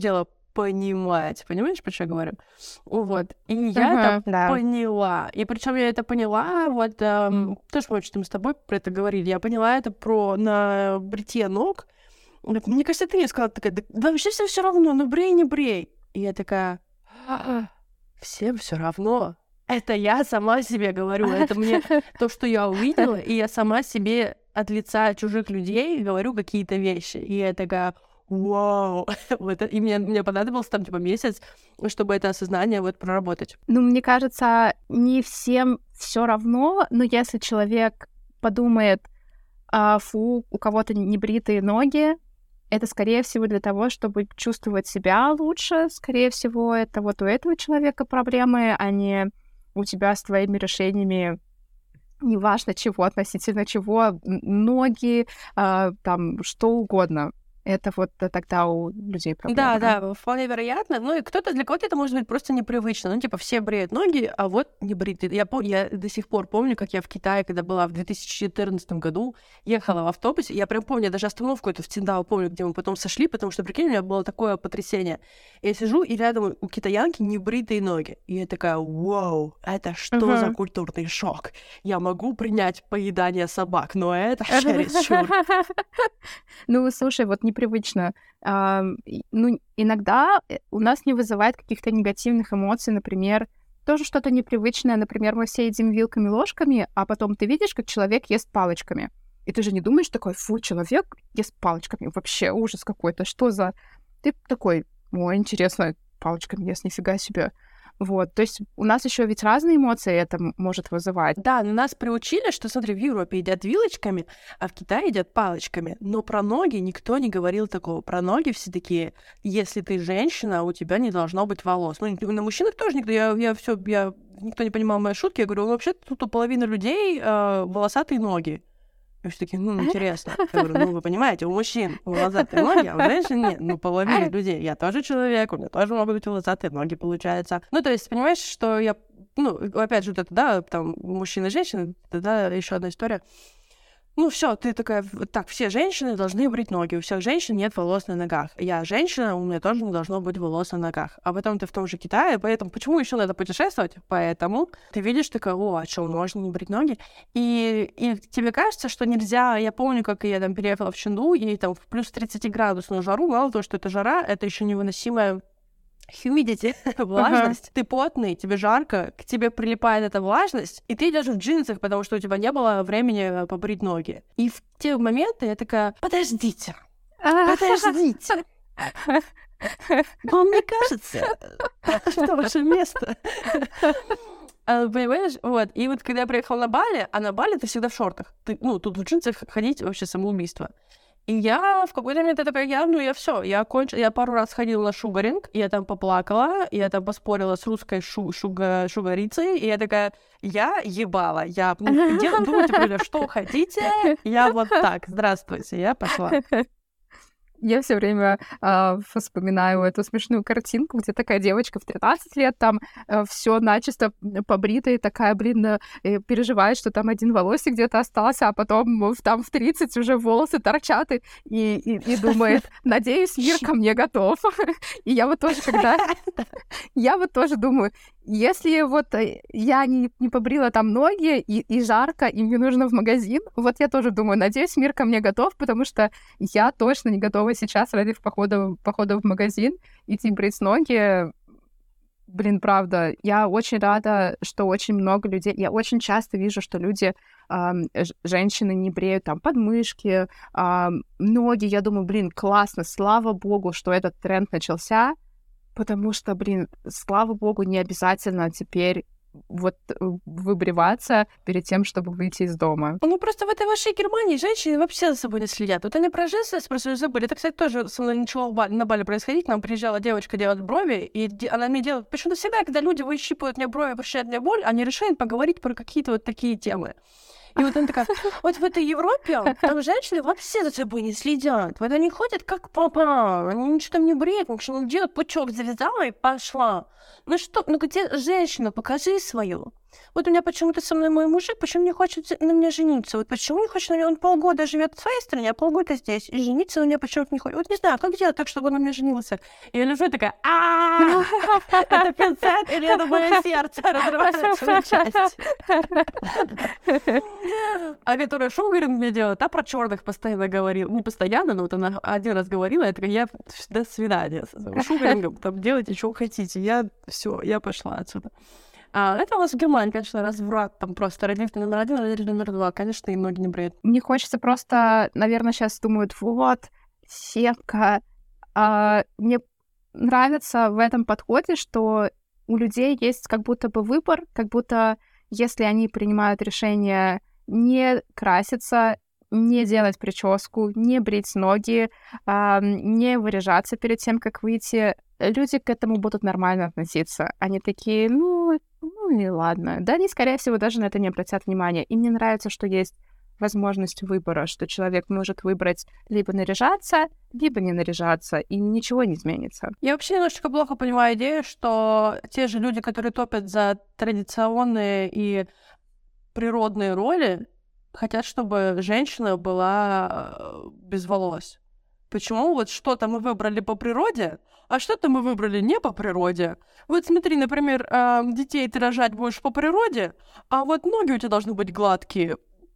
Speaker 1: понимать. Понимаешь, про что я говорю? Вот. И я
Speaker 2: Ага,
Speaker 1: это
Speaker 2: да.
Speaker 1: поняла. И причем я это поняла, вот, эм, тоже помню, что мы с тобой про это говорили. Я поняла это про на бритье ног. Мне кажется, ты мне сказала, такая, да, да вообще все все равно, ну брей, не брей. И я такая, «А, всем все равно. Это я сама себе говорю, это мне то, что я увидела, и я сама себе от лица чужих людей говорю какие-то вещи. И я такая, вау. Вот, и мне, мне понадобился там типа месяц, чтобы это осознание вот проработать.
Speaker 2: Ну, мне кажется, не всем все равно, но если человек подумает, а, фу, у кого-то небритые ноги, это, скорее всего, для того, чтобы чувствовать себя лучше. Скорее всего, это вот у этого человека проблемы, а не у тебя с твоими решениями, неважно чего, относительно чего, н- ноги, а, там, что угодно. Это вот тогда у людей
Speaker 1: Да,
Speaker 2: проблема.
Speaker 1: да, вполне вероятно. Ну и кто-то, для кого-то это может быть просто непривычно. Ну, типа, все бреют ноги, а вот не бритые. Я, пом- я до сих пор помню, как я в Китае, когда была в две тысячи четырнадцатом году, ехала в автобусе. Я прям помню, даже остановку эту в Циндао помню, где мы потом сошли, потому что, прикинь, у меня было такое потрясение. Я сижу, и рядом у китаянки небритые ноги. И я такая, вау, это что за
Speaker 2: Мгм.
Speaker 1: культурный шок? Я могу принять поедание собак, но это чересчур.
Speaker 2: Ну, слушай, вот непривычно. Ам, и- Ну, иногда э, у нас не вызывает каких-то негативных эмоций, например, тоже что-то непривычное, например, мы все едим вилками, ложками, а потом ты видишь, как человек ест палочками. И ты же не думаешь такой, фу, человек ест палочками, вообще ужас какой-то, что за... Ты такой, ой, интересно, палочками ест, нифига себе. Вот, то есть у нас еще ведь разные эмоции это м- может вызывать.
Speaker 1: Да, но нас приучили, что, смотри, в Европе едят вилочками, а в Китае едят палочками. Но про ноги никто не говорил такого. Про ноги все такие, если ты женщина, у тебя не должно быть волос. Ну, на мужчинах тоже никто, я, я все, я, никто не понимал мои шутки. Я говорю, ну, вообще тут у половины людей э, волосатые ноги. И все такие, ну, интересно. Я говорю, ну, вы понимаете, у мужчин волосатые ноги, а у женщин нет. Ну, половина людей. Я тоже человек, у меня тоже могут быть волосатые ноги, получается. Ну, то есть, понимаешь, что я... Ну, опять же, вот это, да, там, мужчина и женщина, тогда еще одна история. Ну, все, ты такая, так, все женщины должны брить ноги, у всех женщин нет волос на ногах. Я женщина, у меня тоже не должно быть волос на ногах. А потом ты в том же Китае, поэтому почему еще надо путешествовать? Поэтому ты видишь, такая, о, а что, можно не брить ноги? И, и тебе кажется, что нельзя... Я помню, как я там переехала в Чэнду, и там в плюс тридцать градусную жару, мало того, что это жара, это еще невыносимая humidity, влажность, ты потный, тебе жарко, к тебе прилипает эта влажность, и ты идешь в джинсах, потому что у тебя не было времени побрить ноги. И в те моменты я такая, подождите, подождите. Вам не кажется, что ваше место? А, Понимаешь? Вот. И вот когда я приехала на Бали, а на Бали ты всегда в шортах. Ты, ну, тут в джинсах ходить вообще самоубийство. И я в какой-то момент я такая, я, ну, я все, я кончила, я пару раз ходила на шугаринг, и я там поплакала, и я там поспорила с русской шу шуга шугарицей, и я такая, я ебала, я, ну, дел- думайте, про что хотите, я вот так, здравствуйте, я пошла.
Speaker 2: Я все время а, вспоминаю эту смешную картинку, где такая девочка в тринадцать лет, там все начисто побрита, и такая, блин, э, переживает, что там один волосик где-то остался, а потом в- там в тридцать уже волосы торчат, и, и, и думает, надеюсь, мир ко мне готов. И я вот тоже, когда... Я вот тоже думаю, если вот э, я не, не побрила там ноги, и, и жарко, и мне нужно в магазин, вот я тоже думаю, надеюсь, мир ко мне готов, потому что я точно не готова сейчас ради похода, похода в магазин идти брить ноги. Блин, правда, я очень рада, что очень много людей... Я очень часто вижу, что люди, ам, ж- женщины не бреют там подмышки, ам, ноги. Я думаю, блин, классно, слава богу, что этот тренд начался, потому что, блин, слава богу, не обязательно теперь вот э, выбриваться перед тем, чтобы выйти из дома.
Speaker 1: Ну, просто в этой вашей Германии женщины вообще за собой не следят. Вот они про женственность просто забыли. Это, кстати, тоже со мной начало в Бали- на Бали происходить. К нам приезжала девочка делать брови, и де- она мне делает... Почему-то всегда, когда люди выщипывают мне брови, причиняют мне боль, они решают поговорить про какие-то вот такие темы. И вот она такая, вот в этой Европе там женщины вообще за собой не следят. Вот они ходят как папа, они ничего там не бреют, ничего не делают, пучок завязала и пошла. Ну что, ну где женщина, покажи свою. вот у меня почему-то со мной мой мужик, почему не хочет на мне жениться? Вот почему не хочет на мне? Он полгода живет в своей стране, а полгода здесь. И жениться на меня почему-то не хочет. Вот не знаю, как делать так, чтобы он на мне женился? И я лежу и такая, а это пинцет или это мое сердце разрывается на части? А которая шоу, говорит, мне делала, та про черных постоянно говорила. Не постоянно, но вот она один раз говорила, я такая, я до свидания. Шугарингом, там делайте, что хотите. Я все, я пошла отсюда. А это у нас в Германии, конечно, разврат, там просто родитель номер один, родитель номер два, конечно, и ноги не бреют.
Speaker 2: Мне хочется просто, наверное, сейчас думают, вот, сетка. А, мне нравится в этом подходе, что у людей есть как будто бы выбор, как будто если они принимают решение не краситься, не делать прическу, не брить ноги, а, не выряжаться перед тем, как выйти, люди к этому будут нормально относиться. Они такие, ну, ну и ладно. Да, они, скорее всего, даже на это не обратят внимания. И мне нравится, что есть возможность выбора, что человек может выбрать либо наряжаться, либо не наряжаться, и ничего не изменится.
Speaker 1: Я вообще немножечко плохо понимаю идею, что те же люди, которые топят за традиционные и природные роли, хотят, чтобы женщина была без волос. Почему вот что-то мы выбрали по природе, а что-то мы выбрали не по природе? Вот смотри, например, детей ты рожать будешь по природе, а вот ноги у тебя должны быть гладкие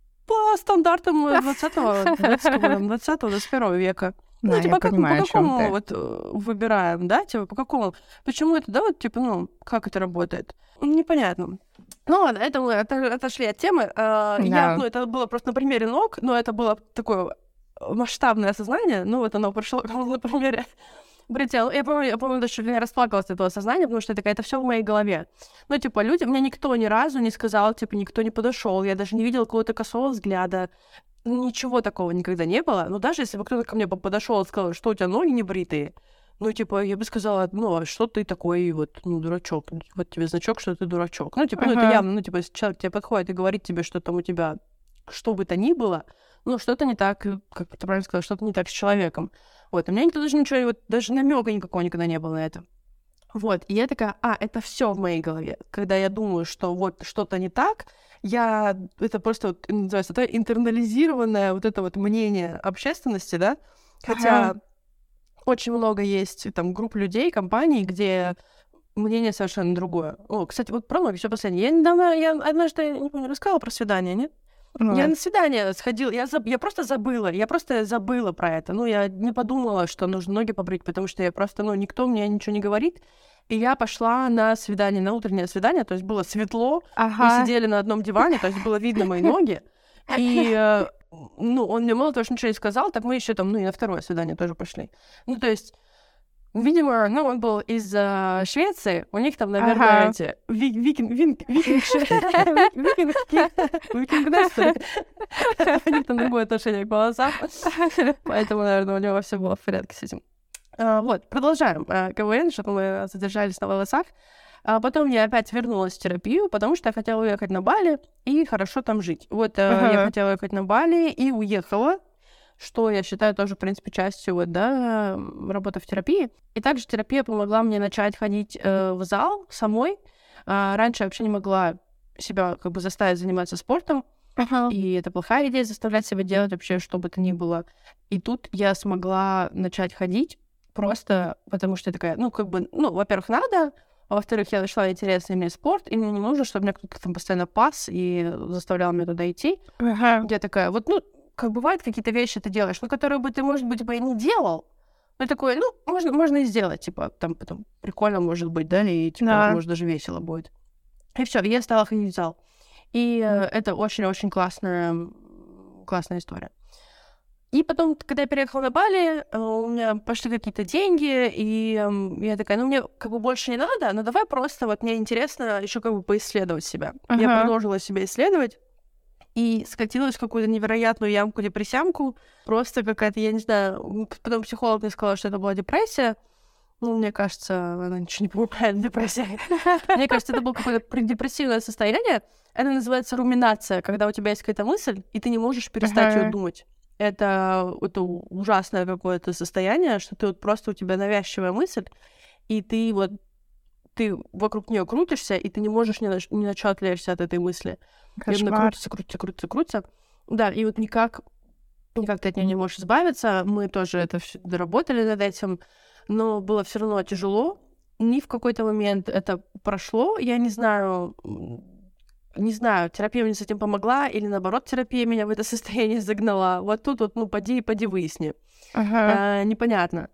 Speaker 1: по стандартам двадцатого, двадцатого, двадцать первого века.
Speaker 2: Да,
Speaker 1: ну, типа,
Speaker 2: я
Speaker 1: как,
Speaker 2: понимаю,
Speaker 1: по какому
Speaker 2: о чём ты.
Speaker 1: вот э, выбираем, да, типа, по какому? Почему это, да, вот, типа, ну, как это работает? Непонятно. Ну ладно, это мы это, отошли от темы. Э,
Speaker 2: Да.
Speaker 1: Я, ну, это было просто на примере ног, но это было такое масштабное осознание. Ну, вот оно пришло на примере бритья. Я помню, я помню, даже я расплакалась от этого осознания, потому что это, это все в моей голове. Ну, типа, люди, мне никто ни разу не сказал, типа, никто не подошел, я даже не видела какого-то косого взгляда. Ничего такого никогда не было. Но даже если бы кто-то ко мне подошел и сказал, что у тебя ноги не бритые, ну, типа, я бы сказала, ну, а что ты такой вот, ну, дурачок? Вот тебе значок, что ты дурачок. Ну, типа, ну, это
Speaker 2: Ага.
Speaker 1: явно, ну, типа, если человек тебе подходит и говорит тебе, что там у тебя, что бы то ни было, ну, что-то не так, как ты правильно сказала, что-то не так с человеком. Вот, у меня никто даже ничего, вот, даже намека никакого никогда не было на это. Вот, и я такая, а, это все в моей голове. Когда я думаю, что вот что-то не так, я, это просто, вот, называется, это интернализированное вот это вот мнение общественности, да, хотя
Speaker 2: Ага.
Speaker 1: очень много есть там групп людей, компаний, где мнение совершенно другое. О, кстати, вот про ноги все последнее. Я недавно, я однажды, не помню, рассказала про свидание, нет?
Speaker 2: Ну,
Speaker 1: Я на свидание сходила, я, заб... я просто забыла, я просто забыла про это. Ну, я не подумала, что нужно ноги побрить, потому что я просто, ну, никто мне ничего не говорит. И я пошла на свидание, на утреннее свидание, то есть было светло, мы
Speaker 2: Ага.
Speaker 1: сидели на одном диване, то есть было видно мои ноги. И, э, ну, он мне мало того, что ничего не сказал, так мы еще там, ну, и на второе свидание тоже пошли. Ну, то есть, видимо, ну, он был из э, Швеции, у них там, наверное,
Speaker 2: Ага.
Speaker 1: эти ви- викинг, вин- викинг, викинг, викинг, что ли? У них там другое отношение к волосам, поэтому, наверное, у него все было в порядке с этим. А, Вот, продолжаем а, КВН, чтобы мы задержались на волосах. А потом я опять вернулась в терапию, потому что я хотела уехать на Бали и хорошо там жить. Вот, э, я
Speaker 2: Ага.
Speaker 1: хотела уехать на Бали и уехала, что я считаю тоже, в принципе, частью вот, да, м, работы в терапии. И также терапия помогла мне начать ходить э, в зал самой. А, раньше я вообще не могла себя как бы заставить заниматься спортом,
Speaker 2: Ага.
Speaker 1: и это плохая идея заставлять себя делать вообще что бы то ни было. И тут я смогла начать ходить просто потому, что я такая, ну, как бы, ну, во-первых, надо, а во-вторых, я нашла интересный мне спорт, и мне не нужно, чтобы меня кто-то там постоянно пас и заставлял меня туда идти.
Speaker 2: Ага.
Speaker 1: Я такая, вот, ну, как бывают какие-то вещи ты делаешь, ну, которые бы ты, может быть, бы и не делал, но такое, ну, можно, можно и сделать, типа, там потом прикольно может быть, да, и, типа,
Speaker 2: Да.
Speaker 1: может, даже весело будет. И все, я стала ходить в зал. И э, это очень-очень классная, м, классная история. И потом, когда я переехала на Бали, э, у меня пошли какие-то деньги, и эм, я такая, ну, мне как бы больше не надо, но давай просто, вот мне интересно еще как бы поисследовать себя. Я
Speaker 2: Ага.
Speaker 1: продолжила себя исследовать и скатилась в какую-то невероятную ямку-депрессямку. Просто какая-то, я не знаю, м, потом психолог мне сказал, что это была депрессия. Ну, мне кажется, она ничего не помогает, депрессия. Мне кажется, это было какое-то преддепрессивное состояние. Это называется руминация, когда у тебя есть какая-то мысль, и ты не можешь перестать ее
Speaker 2: Ага.
Speaker 1: думать. Это, это ужасное какое-то состояние, что ты вот просто у тебя навязчивая мысль, и ты вот ты вокруг нее крутишься, и ты не можешь ни на, ни на что отвлечься от этой мысли.
Speaker 2: Кошмар.
Speaker 1: И она крутится, крутится, крутится, крутится. Да, и вот никак, никак ты от нее не можешь избавиться. Мы тоже это все доработали над этим, но было все равно тяжело. Ни в какой-то момент это прошло. Я не знаю, не знаю, терапия мне с этим помогла, или наоборот, терапия меня в это состояние загнала. Вот тут вот, ну, поди, поди выясни.
Speaker 2: Ага.
Speaker 1: А, непонятно.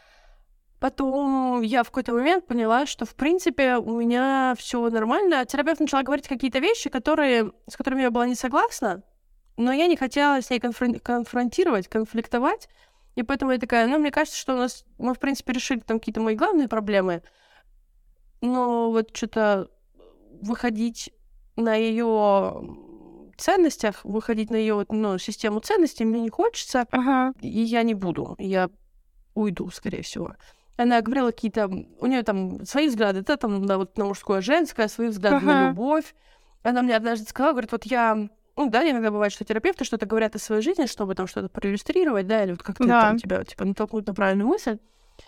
Speaker 1: Потом я в какой-то момент поняла, что, в принципе, у меня все нормально. Терапевт начала говорить какие-то вещи, которые, с которыми я была не согласна, но я не хотела с ней конфрон- конфронтировать, конфликтовать. И поэтому я такая, ну, мне кажется, что у нас мы, в принципе, решили там какие-то мои главные проблемы, но вот что-то выходить на ее ценностях, выходить на ее, ну, систему ценностей мне не хочется,
Speaker 2: Ага.
Speaker 1: и я не буду. Я уйду, скорее всего. Она говорила какие-то... У нее там свои взгляды, да, там, да, вот на мужское, женское, свои взгляды
Speaker 2: Ага.
Speaker 1: на любовь. Она мне однажды сказала, говорит, вот я... Ну, да, иногда бывает, что терапевты что-то говорят о своей жизни, чтобы там что-то проиллюстрировать, да, или вот как-то
Speaker 2: Да.
Speaker 1: там тебя, типа, натолкнуть на правильную мысль.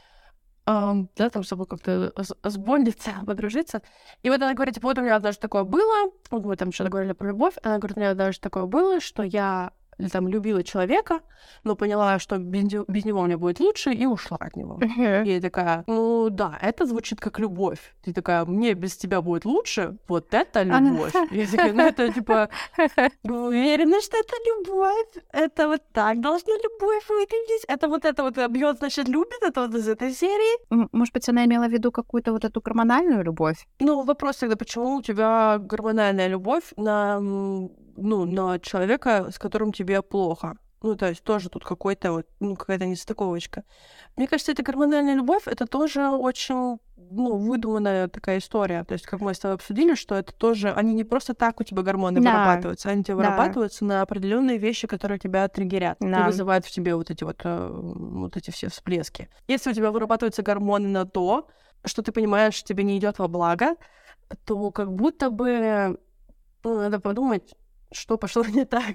Speaker 1: Ам, да, там, чтобы как-то с- сбондиться, подружиться. И вот она говорит, типа, вот у меня однажды такое было, вот мы там что-то говорили про любовь, она говорит, у меня однажды такое было, что я там любила человека, но поняла, что без, не- без него мне будет лучше, и ушла от него.
Speaker 2: Мгм.
Speaker 1: И я такая, ну да, это звучит как любовь. Ты такая, мне без тебя будет лучше, вот это
Speaker 2: Она-
Speaker 1: любовь. Я такая, ну это типа, вы уверены, что это любовь? Это вот так должна любовь выглядеть? Это вот это вот бьет, значит, любит, это вот из этой серии?
Speaker 2: М, Может быть, она имела в виду какую-то вот эту гормональную любовь?
Speaker 1: Ну, вопрос тогда, почему у тебя гормональная любовь на, м, ну, на человека, с которым тебе плохо? Ну, то есть тоже тут какой-то вот, ну, какая-то нестыковочка. Мне кажется, эта гормональная любовь — это тоже очень, ну, выдуманная такая история. То есть, как мы с тобой обсудили, что это тоже... Они не просто так у тебя гормоны
Speaker 2: Да.
Speaker 1: вырабатываются, они у тебя
Speaker 2: Да.
Speaker 1: вырабатываются на определенные вещи, которые тебя триггерят, и
Speaker 2: Да.
Speaker 1: вызывают в тебе вот эти вот, э, вот эти все всплески. Если у тебя вырабатываются гормоны на то, что ты понимаешь, тебе не идет во благо, то как будто бы, ну, надо подумать, что пошло не так.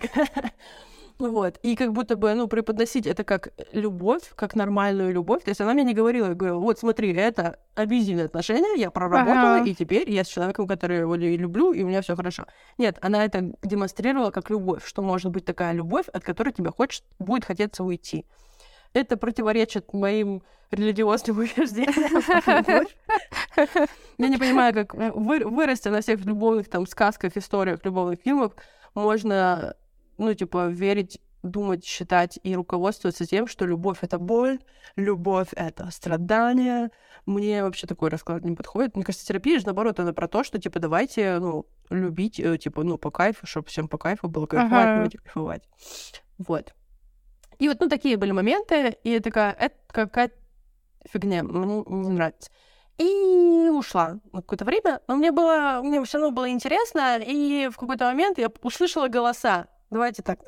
Speaker 1: Вот. И как будто бы, ну, преподносить это как любовь, как нормальную любовь. То есть она мне не говорила, я говорю, вот смотри, это абьюзивные отношения, я проработала,
Speaker 2: Ага.
Speaker 1: и теперь я с человеком, который его лю- люблю, и у меня все хорошо. Нет, она это демонстрировала как любовь, что может быть такая любовь, от которой тебе хочет, будет хотеться уйти. Это противоречит моим религиозным убеждениям про любовь. Я не понимаю, как вы- вырасти на всех любовных там сказках, историях, любовных фильмах можно, ну, типа, верить, думать, считать и руководствоваться тем, что любовь — это боль, любовь — это страдание. Мне вообще такой расклад не подходит. Мне кажется, терапия же, наоборот, она про то, что, типа, давайте, ну, любить, э, типа, ну, по кайфу, чтобы всем по кайфу было кайфовать,
Speaker 2: Ага.
Speaker 1: давайте кайфовать. Вот. И вот, ну, такие были моменты, и я такая, это какая-то фигня, мне не нравится. И ушла на какое-то время, но мне было, мне все равно было интересно, и в какой-то момент я услышала голоса. Давайте так.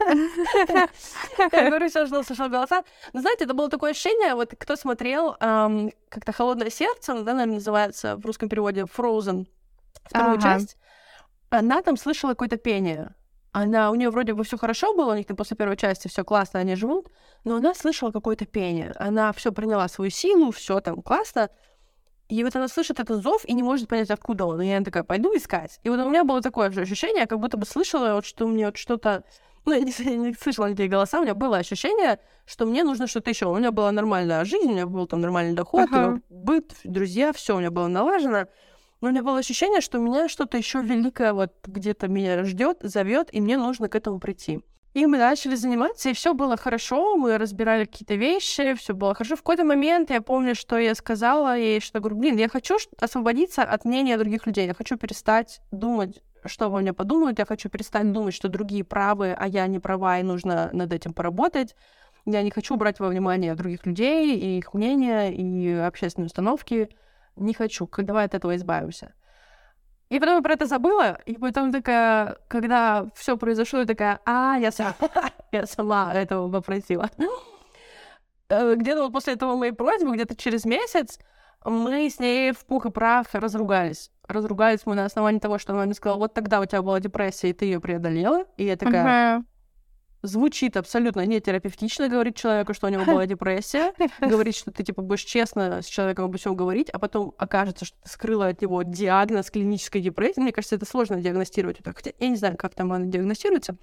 Speaker 1: Я говорю сейчас, что услышала голоса. Но знаете, это было такое ощущение, вот кто смотрел ам, как-то «Холодное сердце», да, наверное, называется в русском переводе «Frozen», вторую
Speaker 2: Ага.
Speaker 1: часть, она там слышала какое-то пение. Она, у нее вроде бы все хорошо было, у них там после первой части все классно, они живут, но она слышала какое-то пение. Она все приняла свою силу, все там классно. И вот она слышит этот зов и не может понять, откуда он. И я такая, пойду искать. И вот у меня было такое же ощущение, как будто бы слышала, вот, что мне вот что-то... Ну, я не, я не слышала никакие голоса, у меня было ощущение, что мне нужно что-то еще. У меня была нормальная жизнь, у меня был там нормальный доход,
Speaker 2: Ага.
Speaker 1: быт, друзья, все у меня было налажено. Но у меня было ощущение, что у меня что-то еще великое вот где-то меня ждет, зовет, и мне нужно к этому прийти. И мы начали заниматься, и все было хорошо, мы разбирали какие-то вещи, все было хорошо. В какой-то момент я помню, что я сказала ей, что говорю, блин, я хочу ш- освободиться от мнения других людей, я хочу перестать думать, что обо мне подумают, я хочу перестать думать, что другие правы, а я не права, и нужно над этим поработать. Я не хочу брать во внимание других людей, и их мнения, и общественные установки. Не хочу, к- давай от этого избавимся. И потом я про это забыла, и потом такая, когда все произошло, я такая, а, я сама, я сама этого попросила. Э, Где-то вот после этого моей просьбы, где-то через месяц, мы с ней в пух и прах разругались. Разругались мы на основании того, что она мне сказала, вот тогда у тебя была депрессия, и ты ее преодолела. И я такая,
Speaker 2: Ага.
Speaker 1: звучит абсолютно не терапевтично говорить человеку, что у него была депрессия, говорить, что ты, типа, будешь честно с человеком обо всем говорить, а потом окажется, что ты скрыла от него диагноз клинической депрессии. Мне кажется, это сложно диагностировать. Хотя я не знаю, как там она диагностируется.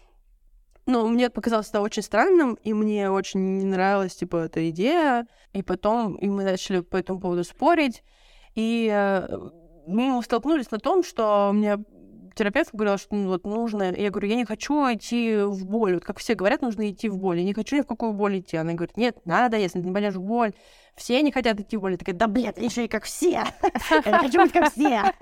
Speaker 1: Но мне показалось это очень странным, и мне очень не нравилась, типа, эта идея. И потом и мы начали по этому поводу спорить. И э, мы столкнулись на том, что мне терапевт говорил, что ну, вот нужно... Я говорю, я не хочу идти в боль. Вот как все говорят, нужно идти в боль. Я не хочу ни в какую боль идти. Она говорит, нет, надо, если ты не пойдешь в боль. Все не хотят идти в боль. Я такая, да, блядь, я еще и как все. Я хочу быть как все.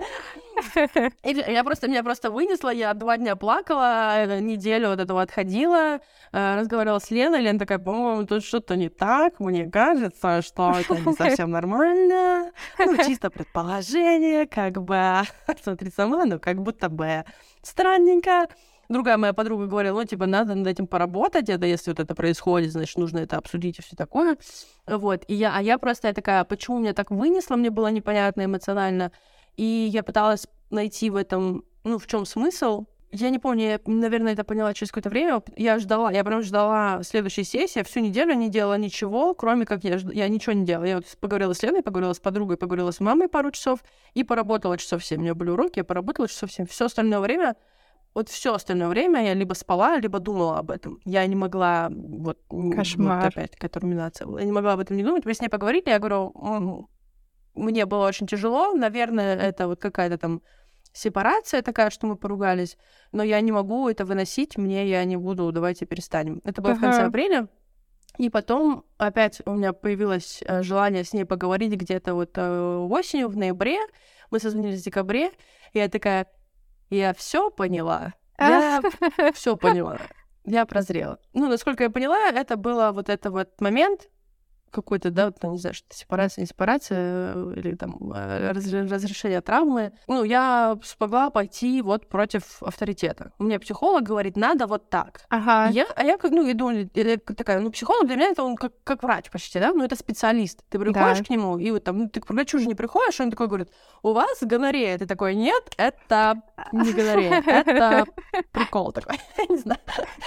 Speaker 1: И я просто, меня просто вынесла, я два дня плакала, неделю от этого отходила, разговаривала с Леной, Лена такая, по-моему, тут что-то не так, мне кажется, что это не совсем нормально, ну, чисто предположение, как бы, смотри сама, ну, как будто бы странненько. Другая моя подруга говорила, ну, типа, надо над этим поработать, это если вот это происходит, значит, нужно это обсудить и все такое. Вот, и я, а я просто я такая, почему меня так вынесло, мне было непонятно эмоционально, и я пыталась найти в этом, ну, в чем смысл. Я не помню, я, наверное, это поняла через какое-то время. Я ждала, я прям ждала следующей сессии, всю неделю не делала ничего, кроме как я, жд... я ничего не делала. Я вот поговорила с Леной, поговорила с подругой, поговорила с мамой пару часов и поработала часов семь. У меня были уроки, я поработала часов семь. Все остальное время, вот все остальное время я либо спала, либо думала об этом. Я не могла, вот,
Speaker 2: Кошмар.
Speaker 1: Вот опять какая-то руминация была. Я не могла об этом не думать. Мы с ней поговорили, я говорю, м-м, мне было очень тяжело, наверное, это вот какая-то там сепарация такая, что мы поругались, но я не могу это выносить, мне я не буду, давайте перестанем. Это было ага. в конце апреля, и потом опять у меня появилось желание с ней поговорить где-то вот осенью, в ноябре, мы созвонились в декабре, и я такая, я все поняла, я все поняла, я прозрела. Ну, насколько я поняла, это было вот этот вот момент, какой-то, да, вот, не знаю, что сепарация, не сепарация, или там раз, разрешение травмы. Ну, я смогла пойти вот против авторитета. Мне психолог говорит, надо вот так.
Speaker 2: Ага.
Speaker 1: Я, а я как, ну, иду, я такая, ну, психолог для меня это он как, как врач почти, да, ну, это специалист. Ты приходишь да. к нему, и вот там, ну, ты к врачу же не приходишь, он такой говорит, у вас гонорея. Ты такой, нет, это не гонорея, это прикол такой, не знаю.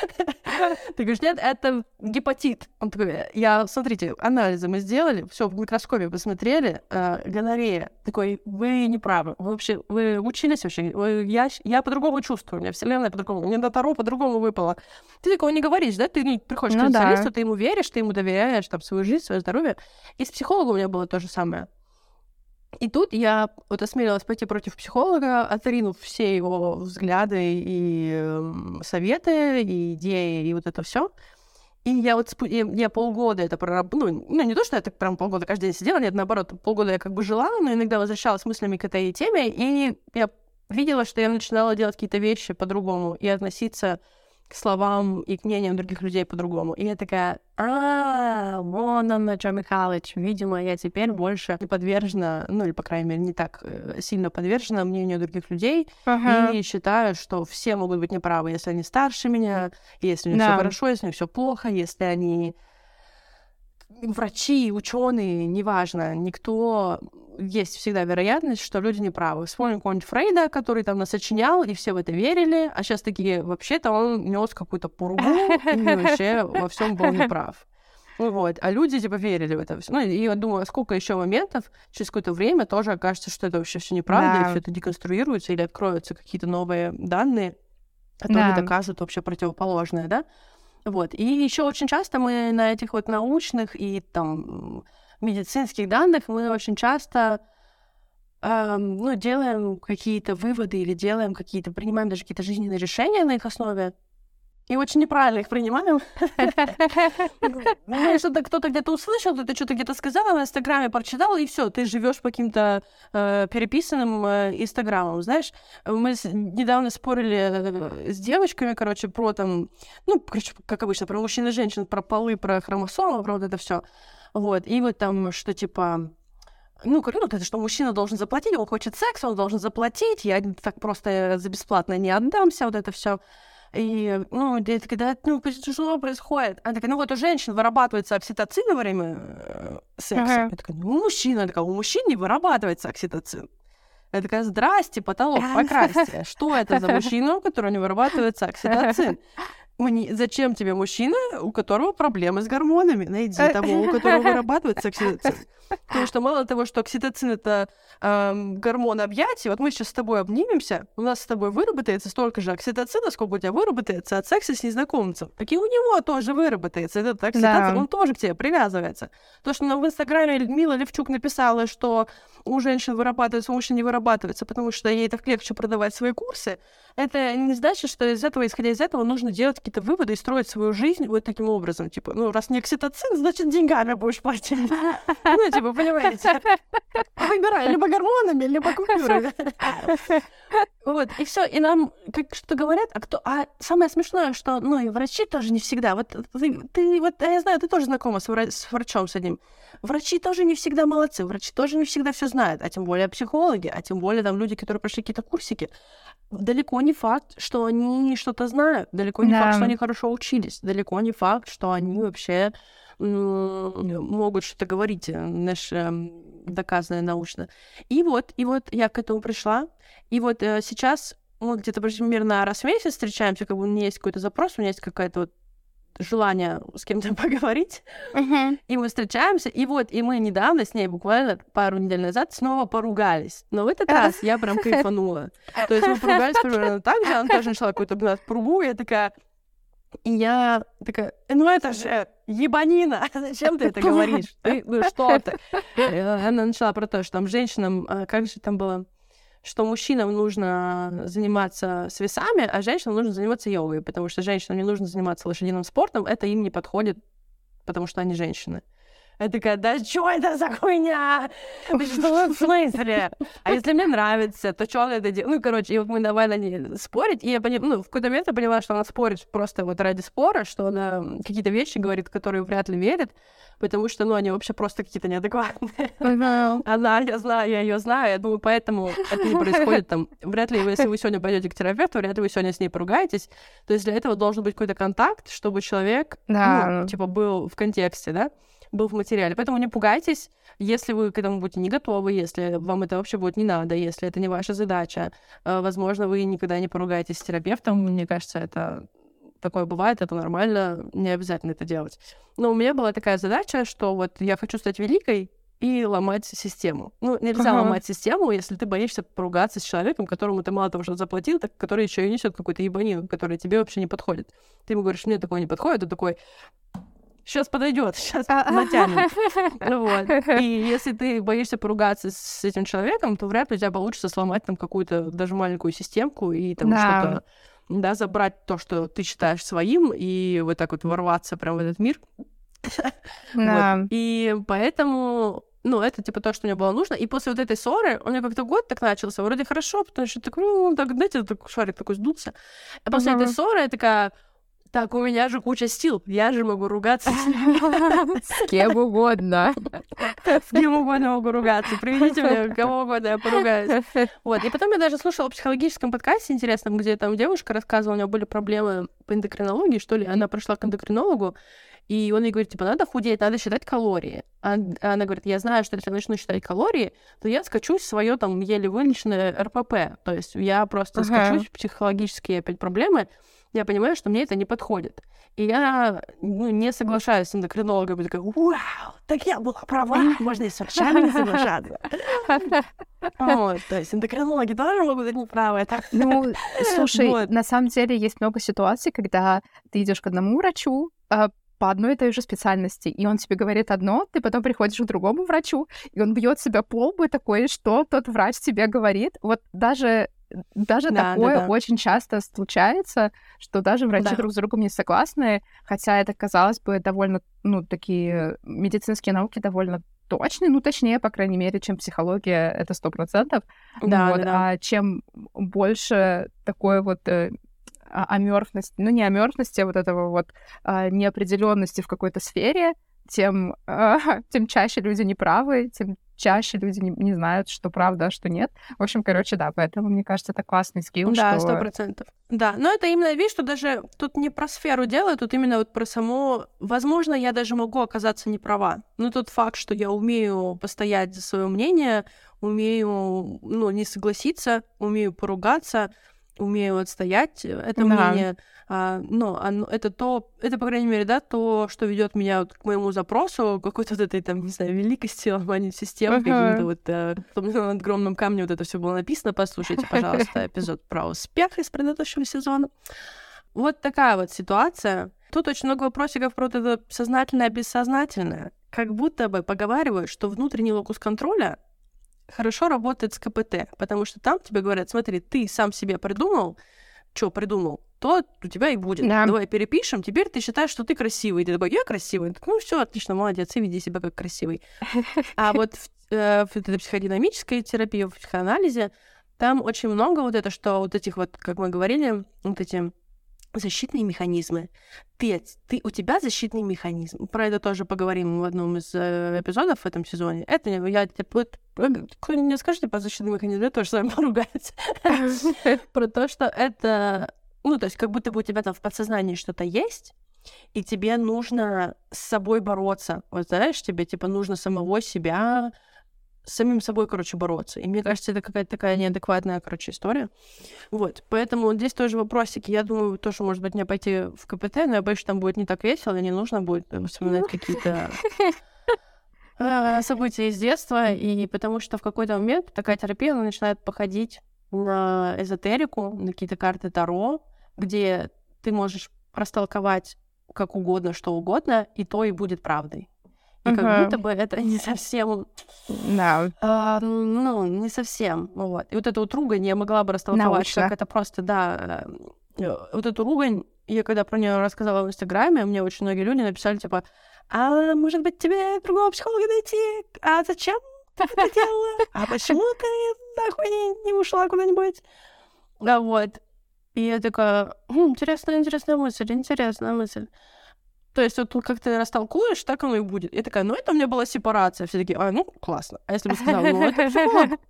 Speaker 1: Ты говоришь, нет, это гепатит. Он такой, я, смотрите, анализы мы сделали, все в микроскопе посмотрели, э, гонорея. Такой, вы не правы. Вы вообще, вы учились вообще? Вы, я, я по-другому чувствую, у меня вселенная по-другому, мне на Таро по-другому выпало. Ты такого не говоришь, да? Ты ну, приходишь ну, к специалисту, да. ты ему веришь, ты ему доверяешь, там, свою жизнь, свое здоровье. И с психологом у меня было то же самое. И тут я вот осмелилась пойти против психолога, отринув все его взгляды и э, советы, и идеи, и вот это все. И я вот спу- я, я полгода это проработала, ну, ну, не то, что я так прям полгода каждый день сидела, нет, наоборот, полгода я как бы жила, но иногда возвращалась мыслями к этой теме, и я видела, что я начинала делать какие-то вещи по-другому и относиться к словам и к мнениям других людей по-другому. И я такая, а, вон он, Джо Михайлович, видимо, я теперь больше не подвержена, ну, или, по крайней мере, не так сильно подвержена мнению других людей, ага. и считаю, что все могут быть неправы, если они старше меня, если у них да. все хорошо, если у них все плохо, если они врачи, ученые, неважно, никто... Есть всегда вероятность, что люди неправы. Вспомним какого-нибудь Фрейда, который там насочинял, и все в это верили, а сейчас такие, вообще-то он нес какую-то пургу, и вообще во всем был неправ. Вот. А люди, типа, верили в это все. Ну, и я думаю, сколько еще моментов через какое-то время тоже окажется, что это вообще все неправда, да. и все это деконструируется, или откроются какие-то новые данные, которые да. докажут вообще противоположное, да? Вот. И еще очень часто мы на этих вот научных и там медицинских данных мы очень часто э, ну, делаем какие-то выводы или делаем какие-то, принимаем даже какие-то жизненные решения на их основе. И очень неправильно их принимаем. Ну, что-то кто-то где-то услышал, кто-то что-то где-то сказал, в Инстаграме прочитал, и все, ты живешь по каким-то э, переписанным э, Инстаграмам, знаешь. Мы с, недавно спорили с девочками, короче, про там, ну, короче, как обычно, про мужчин и женщин, про полы, про хромосомы, про вот это все. Вот, и вот там, что типа... Ну, говорю, ну, это что мужчина должен заплатить, он хочет секса, он должен заплатить, я так просто за бесплатно не отдамся, вот это все. И, ну, я такая, да, ну, что происходит? Она такая, ну, вот у женщин вырабатывается окситоцин во время э, секса. Ага. Я такая, ну, у мужчин. Она такая, у мужчин не вырабатывается окситоцин. Я такая, здрасте, потолок, покрасьте. Что это за мужчина, у которого не вырабатывается окситоцин? Мне... Зачем тебе мужчина, у которого проблемы с гормонами? Найди того, у которого вырабатывается окситоцин. Потому что мало того, что окситоцин — это эм, гормон объятий, вот мы сейчас с тобой обнимемся, у нас с тобой выработается столько же окситоцина, сколько у тебя выработается от секса с незнакомцем. Так и у него тоже выработается. Этот окситоцин, да. Он тоже к тебе привязывается. То, что нам в Инстаграме Людмила Левчук написала, что у женщин вырабатывается, у мужчин не вырабатывается, потому что ей так легче продавать свои курсы, это не значит, что из этого, исходя из этого, нужно делать какие-то выводы и строить свою жизнь вот таким образом. Типа, ну, раз не окситоцин, значит, деньгами будешь платить. Ну, типа, понимаете? Выбирай либо гормонами, либо купюрами. Вот, и все. И нам как что говорят, а кто... А самое смешное, что, ну, и врачи тоже не всегда. Вот ты, ты вот, я знаю, ты тоже знакома с, вра... с врачом с одним. Врачи тоже не всегда молодцы, врачи тоже не всегда все знают, а тем более психологи, а тем более там люди, которые прошли какие-то курсики. Далеко не факт, что они что-то знают, далеко не да. факт, что они хорошо учились, далеко не факт, что они вообще м- могут что-то говорить, знаешь, доказанное научно. И вот, и вот я к этому пришла, и вот э, сейчас мы где-то примерно раз в месяц встречаемся, как бы у меня есть какой-то запрос, у меня есть какая-то вот желание с кем-то поговорить, uh-huh. и мы встречаемся, и вот, и мы недавно с ней, буквально пару недель назад, снова поругались. Но в этот uh-huh. раз я прям кайфанула. То есть мы поругались примерно так же, она тоже начала какую-то гнать пругу, и я такая... И я такая, ну это же ебанина, зачем ты это говоришь? Ты, ну что ты? Она начала про то, что там женщинам, как же там было... что мужчинам нужно заниматься с весами, а женщинам нужно заниматься йогой, потому что женщинам не нужно заниматься лошадиным спортом, это им не подходит, потому что они женщины. Я такая, да что это за хуйня? Ты что, в смысле? А если мне нравится, то что она это делает? Ну, короче, и вот мы давай на ней спорить, и я поняла, ну, в какой-то момент я поняла, что она спорит просто вот ради спора, что она какие-то вещи говорит, которые вряд ли верит, потому что, ну, они вообще просто какие-то неадекватные. Она, я знаю, я ее знаю, я думаю, поэтому это не происходит там. Вряд ли, если вы сегодня пойдете к терапевту, вряд ли вы сегодня с ней поругаетесь. То есть для этого должен быть какой-то контакт, чтобы человек, да. ну, типа, был в контексте, да, был в материале. Поэтому не пугайтесь, если вы к этому будете не готовы, если вам это вообще будет не надо, если это не ваша задача. Возможно, вы никогда не поругаетесь с терапевтом. Мне кажется, это такое бывает, это нормально, не обязательно это делать. Но у меня была такая задача, что вот я хочу стать великой и ломать систему. Ну, нельзя ага. ломать систему, если ты боишься поругаться с человеком, которому ты мало того, что заплатил, так который еще и несет какую-то ебанину, которая тебе вообще не подходит. Ты ему говоришь, мне такое не подходит, он такой... Сейчас подойдет, сейчас натянет. Вот. И если ты боишься поругаться с этим человеком, то вряд ли у тебя получится сломать там какую-то даже маленькую системку и там да. что-то, да, забрать то, что ты считаешь своим, и вот так вот ворваться прямо в этот мир. Да. Вот. И поэтому, ну, это типа то, что мне было нужно. И после вот этой ссоры, у меня как-то год так начался, вроде хорошо, потому что так, ну, так, знаете, так, шарик такой сдулся. А после uh-huh. этой ссоры я такая... Так, у меня же куча сил, я же могу ругаться.
Speaker 2: С кем угодно.
Speaker 1: С кем угодно могу ругаться. Приведите мне кого угодно, я поругаюсь. Вот. И потом я даже слушала в психологическом подкасте интересном, где там девушка рассказывала, у нее были проблемы по эндокринологии, что ли. Она пришла к эндокринологу, и он ей говорит, типа, надо худеть, надо считать калории. А она говорит, я знаю, что если я начну считать калории, то я скачусь в своё там еле вылеченное эр пэ пэ. То есть я просто uh-huh. скачусь в психологические опять проблемы, я понимаю, что мне это не подходит. И я ну, не соглашаюсь с эндокринологом. Я такая, вау, так я была права, можно и с врачами не соглашаться. Вот, то есть эндокринологи тоже могут быть неправы.
Speaker 2: Ну, слушай, на самом деле есть много ситуаций, когда ты идешь к одному врачу, по одной и той же специальности, и он тебе говорит одно, ты потом приходишь к другому врачу, и он бьет себя по лбу и такой, что тот врач тебе говорит. Вот даже Даже да, такое да, да. очень часто случается, что даже врачи да. друг с другом не согласны, хотя это, казалось бы, довольно, ну, такие медицинские науки довольно точные, ну, точнее, по крайней мере, чем психология, это сто процентов. Да, вот, да, да. А чем больше такой вот э, амёрфности, ну, не амёрфности, а вот этого вот э, неопределённости в какой-то сфере, тем, э, тем чаще люди неправы, тем чаще люди не, не знают, что правда, а что нет. В общем, короче, да, поэтому, мне кажется, это классный скилл,
Speaker 1: да,
Speaker 2: что...
Speaker 1: сто процентов. Да, но это именно, видишь, что даже тут не про сферу дела, тут именно вот про само... Возможно, я даже могу оказаться не права. Но тот факт, что я умею постоять за своё мнение, умею, ну, не согласиться, умею поругаться, умею отстоять это
Speaker 2: Да.
Speaker 1: мнение. А, но оно, это то, это, по крайней мере, да, то, что ведет меня вот к моему запросу, какой-то вот этой, там, не знаю, великости, ломания систем,
Speaker 2: Ага.
Speaker 1: каким-то вот э, на огромном камне вот это все было написано. Послушайте, пожалуйста, эпизод про успех из предыдущего сезона. Вот такая вот ситуация. Тут очень много вопросиков про вот это сознательное, бессознательное. Как будто бы поговаривают, что внутренний локус контроля хорошо работает с ка пэ тэ, потому что там тебе говорят, смотри, ты сам себе придумал, что придумал, то у тебя и будет.
Speaker 2: Да.
Speaker 1: Давай перепишем, теперь ты считаешь, что ты красивый. Ты такой, я красивый. Так, ну все, отлично, молодец, и веди себя как красивый. А вот в, э, в этой психодинамической терапии, в психоанализе, там очень много вот это, что вот этих вот, как мы говорили, вот эти защитные механизмы. Ты, ты, у тебя защитный механизм. Про это тоже поговорим в одном из э, эпизодов в этом сезоне. Это я... Вот, кто мне скажете по защитному механизму, я тоже с вами поругаюсь. Про то, что это... Ну, то есть как будто бы у тебя там в подсознании что-то есть, и тебе нужно с собой бороться. Вот знаешь, тебе типа нужно самого себя... с самим собой, короче, бороться. И мне кажется, это какая-то такая неадекватная, короче, история. Вот. Поэтому здесь тоже вопросики. Я думаю, тоже, может быть, мне пойти в ка пэ тэ, но я боюсь, что там будет не так весело, и не нужно будет вспоминать какие-то э, события из детства. И потому что в какой-то момент такая терапия, она начинает походить на эзотерику, на какие-то карты Таро, где ты можешь растолковать как угодно, что угодно, и то и будет правдой. И как
Speaker 2: Ага.
Speaker 1: будто бы это не совсем...
Speaker 2: Да.
Speaker 1: а, ну, не совсем. Вот. И вот эту вот ругань я могла бы растолковать,
Speaker 2: Научно.
Speaker 1: как это просто, да... э, Вот эту ругань, я когда про нее рассказала в Инстаграме, мне очень многие люди написали, типа, а может быть, тебе другого психолога найти? А зачем ты это делала? А почему ты нахуй не, не ушла куда-нибудь? А вот. И я такая, «Хм, интересная, интересная мысль, интересная мысль. То есть вот тут как ты растолкуешь, так оно и будет. Я такая, ну это у меня была сепарация. Все такие, а, ну, классно. А если бы сказала, ну это всё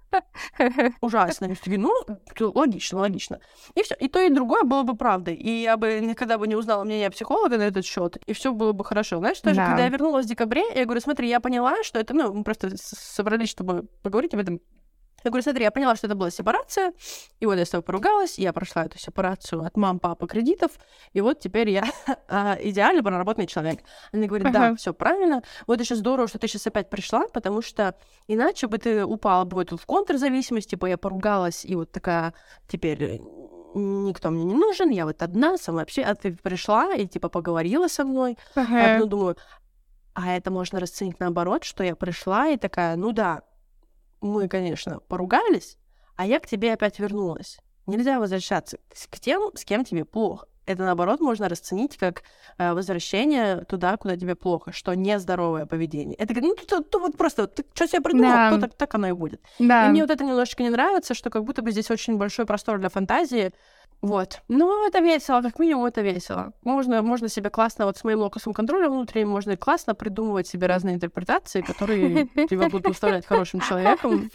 Speaker 1: было ужасно. И все такие, ну, логично, логично. И все. И то, и другое было бы правдой. И я бы никогда бы не узнала мнение психолога на этот счет, и все было бы хорошо. Знаешь, тоже,
Speaker 2: Да.
Speaker 1: когда я вернулась в декабре, я говорю, смотри, я поняла, что это, ну, мы просто с- собрались, чтобы поговорить об этом. Я говорю, смотри, я поняла, что это была сепарация, и вот я с тобой поругалась, я прошла эту сепарацию от мам, папы, кредитов, и вот теперь я а, идеально проработанный человек. Она говорит, да,
Speaker 2: Ага.
Speaker 1: все правильно, вот еще здорово, что ты сейчас опять пришла, потому что иначе бы ты упала бы в эту в контрзависимость, типа я поругалась, и вот такая теперь никто мне не нужен, я вот одна, сама вообще, а ты пришла и типа поговорила со мной, а я
Speaker 2: Ага.
Speaker 1: потом думаю, а это можно расценить наоборот, что я пришла и такая, ну да, мы, конечно, поругались, а я к тебе опять вернулась. Нельзя возвращаться к тем, с кем тебе плохо. Это, наоборот, можно расценить как э, возвращение туда, куда тебе плохо, что нездоровое поведение. Это как, ну, то, то вот просто, ты что себе придумал,
Speaker 2: Да.
Speaker 1: то так, так оно и будет.
Speaker 2: Да.
Speaker 1: И мне вот это немножечко не нравится, что как будто бы здесь очень большой простор для фантазии. Вот. Ну, это весело, как минимум это весело. Можно, можно себе классно, вот с моим локусом контроля внутренним, можно и классно придумывать себе разные интерпретации, которые тебя будут выставлять хорошим человеком,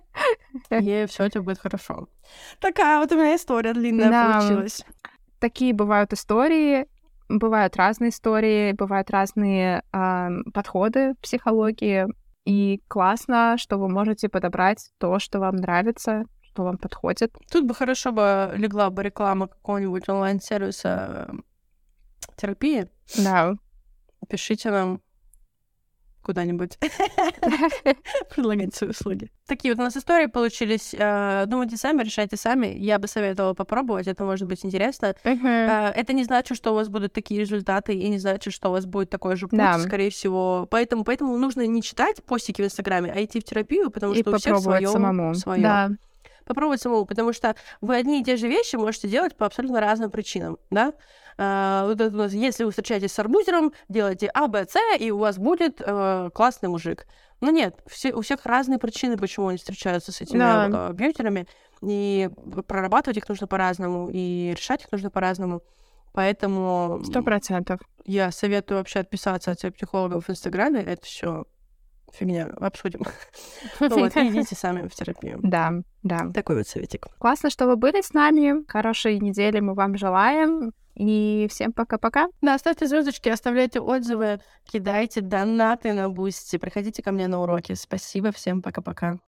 Speaker 1: и все у тебя будет хорошо. Такая вот у меня история длинная
Speaker 2: Да.
Speaker 1: получилась.
Speaker 2: Такие бывают истории, бывают разные истории, бывают разные ам, подходы в психологии. И классно, что вы можете подобрать то, что вам нравится, что вам подходит.
Speaker 1: Тут бы хорошо бы легла бы реклама какого-нибудь онлайн-сервиса э, терапии.
Speaker 2: Да.
Speaker 1: Пишите нам куда-нибудь. Предлагайте свои услуги. Такие вот у нас истории получились. Э, Думайте сами, решайте сами. Я бы советовала попробовать, это может быть интересно.
Speaker 2: Мгм.
Speaker 1: Э, Это не значит, что у вас будут такие результаты, и не значит, что у вас будет такой же путь,
Speaker 2: Да.
Speaker 1: скорее всего. Поэтому, поэтому нужно не читать постики в Инстаграме, а идти в терапию, потому
Speaker 2: И
Speaker 1: что у всех
Speaker 2: попробовать
Speaker 1: свое.
Speaker 2: самому. Да.
Speaker 1: Попробовать самому, потому что вы одни и те же вещи можете делать по абсолютно разным причинам, да? А, вот это у нас, если вы встречаетесь с арбузером, делайте А, Б, С, и у вас будет э, классный мужик. Но нет, все, у всех разные причины, почему они встречаются с этими
Speaker 2: Да.
Speaker 1: э, бьютерами, и прорабатывать их нужно по-разному, и решать их нужно по-разному. Поэтому
Speaker 2: Сто процентов.
Speaker 1: я советую вообще отписаться от всех психологов в Инстаграме, это все фигня, обсудим. Вот, и идите сами в терапию.
Speaker 2: Да, да.
Speaker 1: Такой вот советик.
Speaker 2: Классно, что вы были с нами. Хорошей недели мы вам желаем. И всем пока-пока.
Speaker 1: Да, ставьте звездочки, оставляйте отзывы, кидайте донаты на Бусти, приходите ко мне на уроки. Спасибо, всем пока-пока.